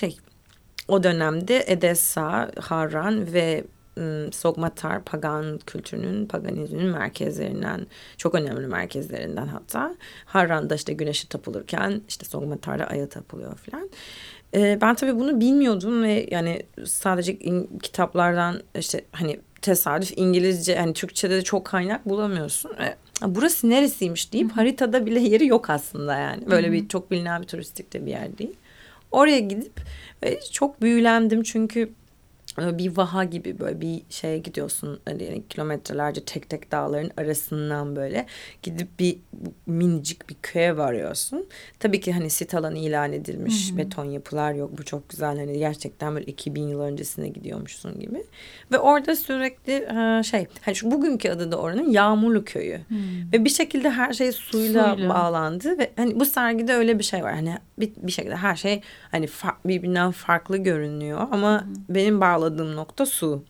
o dönemde Edessa, Harran ve Sogmatar pagan kültürünün, paganizmin merkezlerinden, çok önemli merkezlerinden hatta. Harran'da işte güneşe tapılırken işte Sogmatar'da aya tapılıyor falan. Ben tabii bunu bilmiyordum ve yani sadece kitaplardan işte hani tesadüf İngilizce hani Türkçe'de de çok kaynak bulamıyorsun. Burası neresiymiş deyip haritada bile yeri yok aslında yani. Böyle bir çok bilinen bir turistik de bir yer değil. Oraya gidip çok büyülendim çünkü bir vaha gibi böyle bir şeye gidiyorsun yani kilometrelerce tek dağların arasından böyle gidip bir minicik bir köye varıyorsun. Tabii ki hani sit alanı ilan edilmiş beton yapılar yok, bu çok güzel hani gerçekten böyle 2000 yıl öncesine gidiyormuşsun gibi. Ve orada sürekli hani şu bugünkü adı da oranın Yağmurlu Köyü. Ve bir şekilde her şey suyla bağlandı ve hani bu sergide öyle bir şey var. Hani bir şekilde her şey hani birbirinden farklı görünüyor ama benim bağladığım nokta su.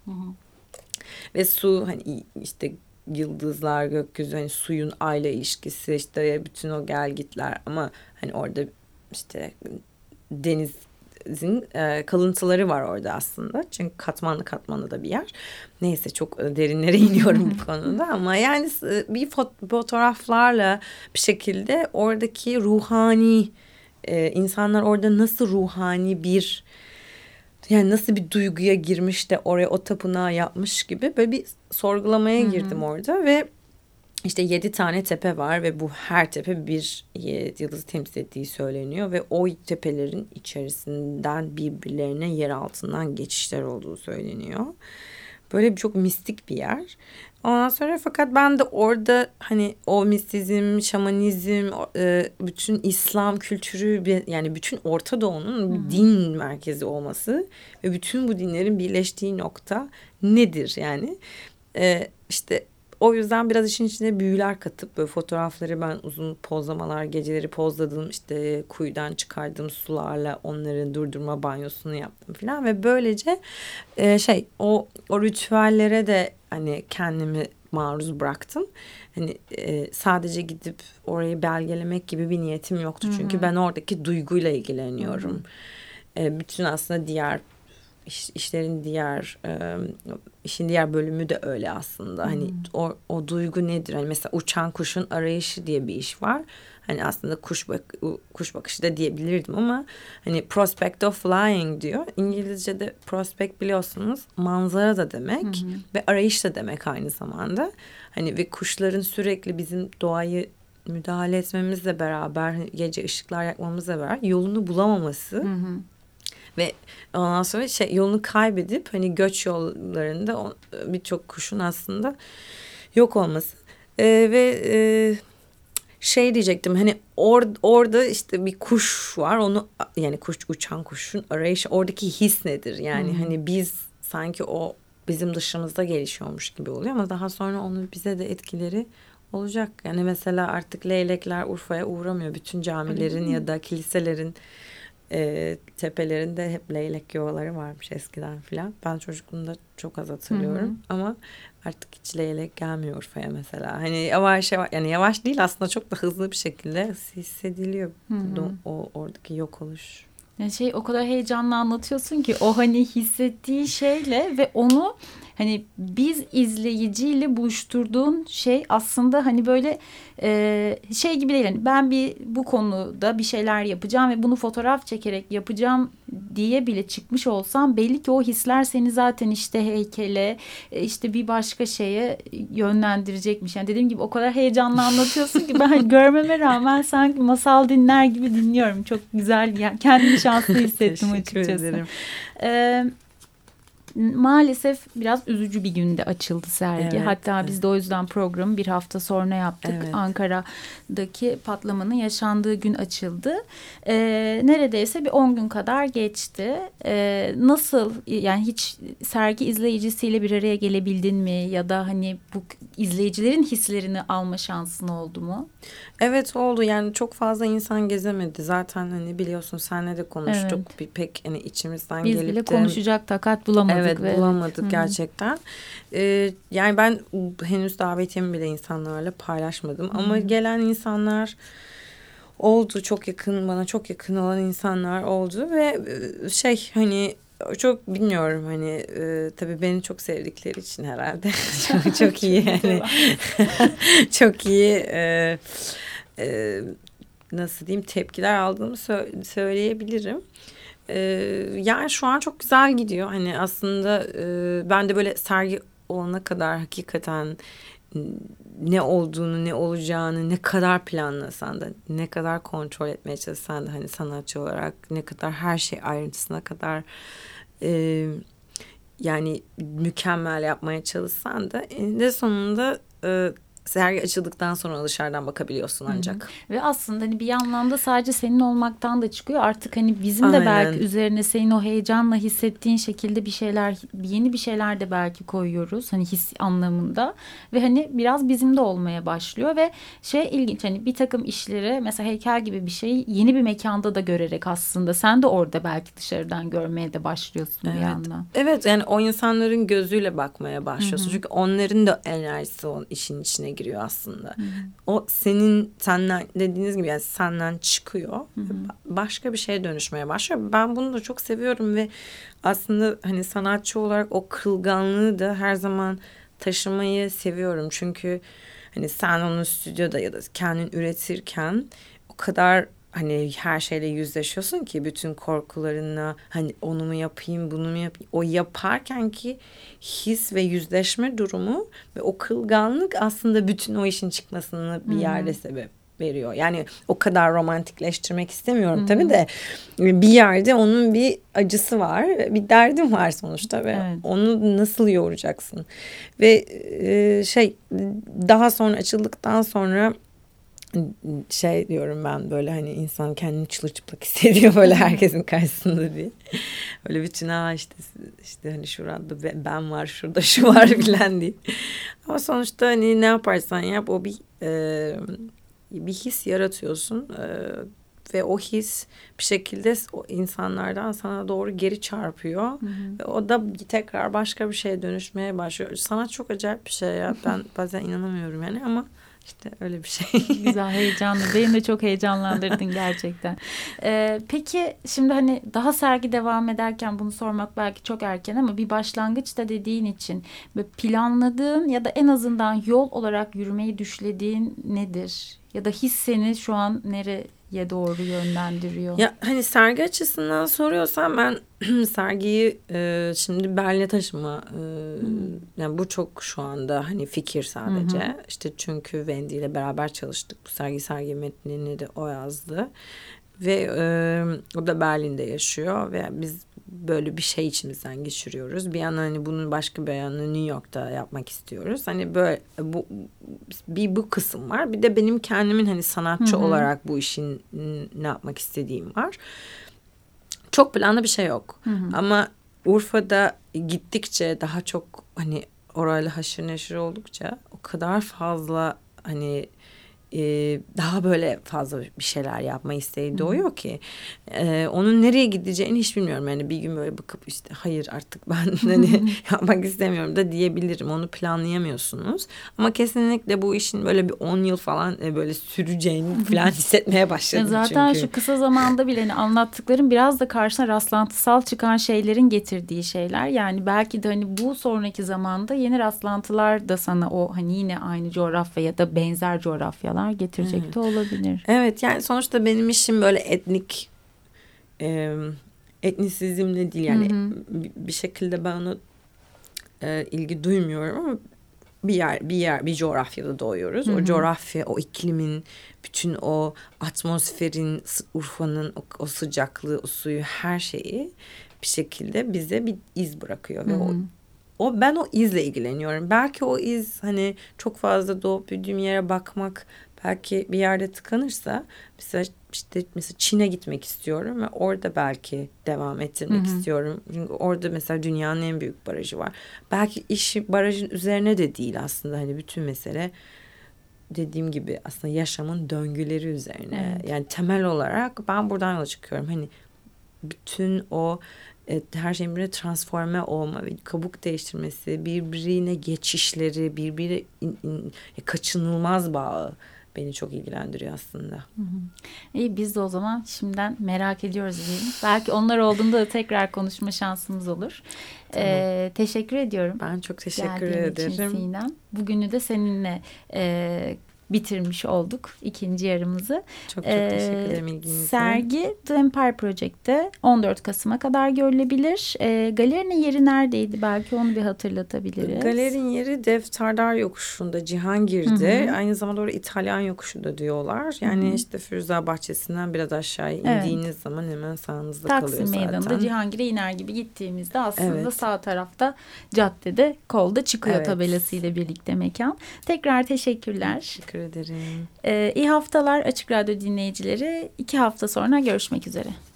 Ve su hani işte yıldızlar, gökyüzü, hani suyun ayla ilişkisi, işte bütün o gelgitler ama hani orada işte denizin kalıntıları var orada aslında. Çünkü katmanlı da bir yer. Neyse çok derinlere iniyorum bu konuda ama yani bir fotoğraflarla bir şekilde oradaki ruhani insanlar orada nasıl ruhani bir yani nasıl bir duyguya girmiş de oraya o tapınağı yapmış gibi böyle bir sorgulamaya girdim orada ve işte 7 tane tepe var ve bu her tepe bir yıldızı temsil ettiği söyleniyor ve o tepelerin içerisinden birbirlerine yer altından geçişler olduğu söyleniyor. Böyle bir çok mistik bir yer. Ondan sonra fakat ben de orada hani o mistizm, şamanizm, bütün İslam kültürü yani bütün Orta Doğu'nun bir din merkezi olması ve bütün bu dinlerin birleştiği nokta nedir yani? İşte o yüzden biraz işin içine büyüler katıp böyle fotoğrafları ben uzun pozlamalar, geceleri pozladım, işte kuyudan çıkardığım sularla onların durdurma banyosunu yaptım falan ve böylece o ritüellere de hani kendimi maruz bıraktım. Hani sadece gidip orayı belgelemek gibi bir niyetim yoktu çünkü ben oradaki duyguyla ilgileniyorum. Bütün aslında diğer işlerin işin diğer bölümü de öyle aslında. Hani o duygu nedir? Hani mesela uçan kuşun arayışı diye bir iş var. Hani aslında kuş bakışı da diyebilirdim ama hani prospect of flying diyor. İngilizce'de prospect biliyorsunuz manzara da demek ve arayış da demek aynı zamanda. Hani ve kuşların sürekli bizim doğayı müdahale etmemizle beraber, gece ışıklar yakmamızla beraber yolunu bulamaması ve ondan sonra yolunu kaybedip hani göç yollarında birçok kuşun aslında yok olması ve diyecektim, hani orada işte bir kuş var, onu yani uçan kuşun arayışı, oradaki his nedir yani hani biz sanki o bizim dışımızda gelişiyormuş gibi oluyor ama daha sonra onun bize de etkileri olacak. Yani mesela artık leylekler Urfa'ya uğramıyor. Bütün camilerin ya da kiliselerin tepelerinde hep leylek yuvaları varmış eskiden filan. Ben çocukluğumda çok az hatırlıyorum ama artık hiç leylek gelmiyor Urfa'ya mesela. Hani yavaş yani yavaş değil aslında, çok da hızlı bir şekilde hissediliyor oradaki yok oluş. Yani o kadar heyecanlı anlatıyorsun ki o hani hissettiği şeyle ve onu hani biz izleyiciyle buluşturduğun şey aslında hani böyle gibi değil. Yani ben bu konuda bir şeyler yapacağım ve bunu fotoğraf çekerek yapacağım diye bile çıkmış olsam belli ki o hisler seni zaten işte heykele, işte bir başka şeye yönlendirecekmiş. Yani dediğim gibi o kadar heyecanlı anlatıyorsun ki ben görmeme rağmen sanki masal dinler gibi dinliyorum. Çok güzel, yani kendimi şanslı hissettim açıkçası. Maalesef biraz üzücü bir günde açıldı sergi. Evet, hatta biz de o yüzden programı bir hafta sonra yaptık. Evet. Ankara'daki patlamanın yaşandığı gün açıldı. Neredeyse bir 10 gün kadar geçti. Nasıl, yani hiç sergi izleyicisiyle bir araya gelebildin mi? Ya da hani bu izleyicilerin hislerini alma şansın oldu mu? Evet, oldu. Yani çok fazla insan gezemedi. Zaten hani biliyorsun, seninle de konuştuk. Evet. Pek hani içimizden biz gelip bile konuşacak takat bulamadık. Evet, bulamadık gerçekten. Yani ben henüz davetiyemi bile insanlarla paylaşmadım. Ama gelen insanlar oldu. Bana çok yakın olan insanlar oldu ve hani çok bilmiyorum hani tabii beni çok sevdikleri için herhalde çok iyi yani çok iyi nasıl diyeyim, tepkiler aldığımı söyleyebilirim. Yani şu an çok güzel gidiyor. Hani aslında ben de böyle sergi olana kadar hakikaten ne olduğunu, ne olacağını ne kadar planlasan da, ne kadar kontrol etmeye çalışsan da, hani sanatçı olarak ne kadar her şey ayrıntısına kadar yani mükemmel yapmaya çalışsan da eninde sonunda sergi açıldıktan sonra dışarıdan bakabiliyorsun ancak. Ve aslında hani bir anlamda sadece senin olmaktan da çıkıyor. Artık hani bizim de belki üzerine senin o heyecanla hissettiğin şekilde bir şeyler, yeni bir şeyler de belki koyuyoruz. Hani his anlamında. Ve hani biraz bizim de olmaya başlıyor ve ilginç, hani bir takım işleri mesela heykel gibi bir şeyi yeni bir mekanda da görerek aslında sen de orada belki dışarıdan görmeye de başlıyorsun bir yandan. Evet, yani o insanların gözüyle bakmaya başlıyorsun. Çünkü onların da enerjisi o işin içine giriyor aslında. O senden dediğiniz gibi yani senden çıkıyor. Başka bir şeye dönüşmeye başlıyor. Ben bunu da çok seviyorum ve aslında hani sanatçı olarak o kırılganlığı da her zaman taşımayı seviyorum. Çünkü hani sen onu stüdyoda ya da kendin üretirken o kadar hani her şeyle yüzleşiyorsun ki, bütün korkularınla, hani onu mu yapayım, bunu mu yapayım, o yaparken ki his ve yüzleşme durumu ve o kırılganlık aslında bütün o işin çıkmasını bir yerde sebep veriyor. Yani o kadar romantikleştirmek istemiyorum tabii de bir yerde onun bir acısı var, bir derdin var sonuçta ve onu nasıl yoğuracaksın ve daha sonra açıldıktan sonra diyorum ben, böyle hani insan kendini çırılçıplak hissediyor böyle herkesin karşısında diye. Öyle bütün işte hani şurada ben var, şurada şu var filan diye. Ama sonuçta hani ne yaparsan yap o bir his yaratıyorsun ve o his bir şekilde o insanlardan sana doğru geri çarpıyor. Ve o da tekrar başka bir şeye dönüşmeye başlıyor. Sanat çok acayip bir şey ya. Ben bazen inanamıyorum yani ama İşte öyle bir şey. Güzel, heyecanlı. Beni de çok heyecanlandırdın gerçekten. Peki şimdi hani daha sergi devam ederken bunu sormak belki çok erken ama bir başlangıçta dediğin için böyle planladığın ya da en azından yol olarak yürümeyi düşlediğin nedir? Ya da his seni şu an doğru yönlendiriyor? Ya hani sergi açısından soruyorsan ben sergiyi şimdi Berlin'e taşıma yani bu çok şu anda hani fikir sadece. İşte çünkü Wendy ile beraber çalıştık. Bu sergi metnini de o yazdı. Ve o da Berlin'de yaşıyor ve biz böyle bir şey içimizden geçiriyoruz. Bir yandan hani bunun başka bir yanını New York'ta yapmak istiyoruz. Hani böyle bu kısım var. Bir de benim kendimin hani sanatçı olarak bu işin ne yapmak istediğim var. Çok planlı bir şey yok. Ama Urfa'da gittikçe daha çok hani orayla haşır neşir oldukça o kadar fazla hani daha böyle fazla bir şeyler yapma isteği doğuyor ki onun nereye gideceğini hiç bilmiyorum. Yani bir gün böyle bakıp işte hayır artık ben hani yapmak istemiyorum da diyebilirim. Onu planlayamıyorsunuz. Ama kesinlikle bu işin böyle bir 10 yıl falan böyle süreceğini falan hissetmeye başladım. Zaten çünkü. Şu kısa zamanda bile hani anlattıklarım biraz da karşına rastlantısal çıkan şeylerin getirdiği şeyler. Yani belki de hani bu sonraki zamanda yeni rastlantılar da sana o hani yine aynı coğrafya ya da benzer coğrafyalar getirecek de olabilir. Evet yani sonuçta benim işim böyle etnisizmle değil yani bir şekilde ben ona ilgi duymuyorum ama bir coğrafyada doğuyoruz. O coğrafya, o iklimin, bütün o atmosferin, Urfa'nın o sıcaklığı, o suyu, her şeyi bir şekilde bize bir iz bırakıyor ve ben o izle ilgileniyorum. Belki o iz hani çok fazla doğup büyüdüğüm yere bakmak belki bir yerde tıkanırsa mesela Çin'e gitmek istiyorum ve orada belki devam ettirmek istiyorum. Çünkü orada mesela dünyanın en büyük barajı var. Belki işi barajın üzerine de değil aslında hani bütün mesele dediğim gibi aslında yaşamın döngüleri üzerine. Evet. Yani temel olarak ben buradan yola çıkıyorum. Hani bütün o her şeyin birbirine transforme olma ve kabuk değiştirmesi, birbirine geçişleri, birbiri kaçınılmaz bağı beni çok ilgilendiriyor aslında. İyi biz de o zaman şimdiden merak ediyoruz diyelim. Belki onlar olduğunda da tekrar konuşma şansımız olur. Tamam. Teşekkür ediyorum. Ben çok teşekkür ederim. Için Sinem. Bugünü de seninle bitirmiş olduk ikinci yarımızı. Çok teşekkür ederim ilginize. Sergi The Empire Project'te 14 Kasım'a kadar görülebilir. Galerinin yeri neredeydi? Belki onu bir hatırlatabiliriz. Galerinin yeri Defterdar Yokuşu'nda Cihangir'de. Aynı zamanda orada İtalyan Yokuşu da diyorlar. Yani işte Firuza Bahçesi'nden biraz aşağı indiğiniz zaman hemen sağınızda kalıyor zaten. Taksim Meydanı'nda Cihangir'e iner gibi gittiğimizde aslında sağ tarafta caddede kolda çıkıyor tabelasıyla birlikte mekan. Tekrar teşekkürler. Teşekkür ederim. İyi haftalar Açık Radyo dinleyicileri. 2 hafta sonra görüşmek üzere.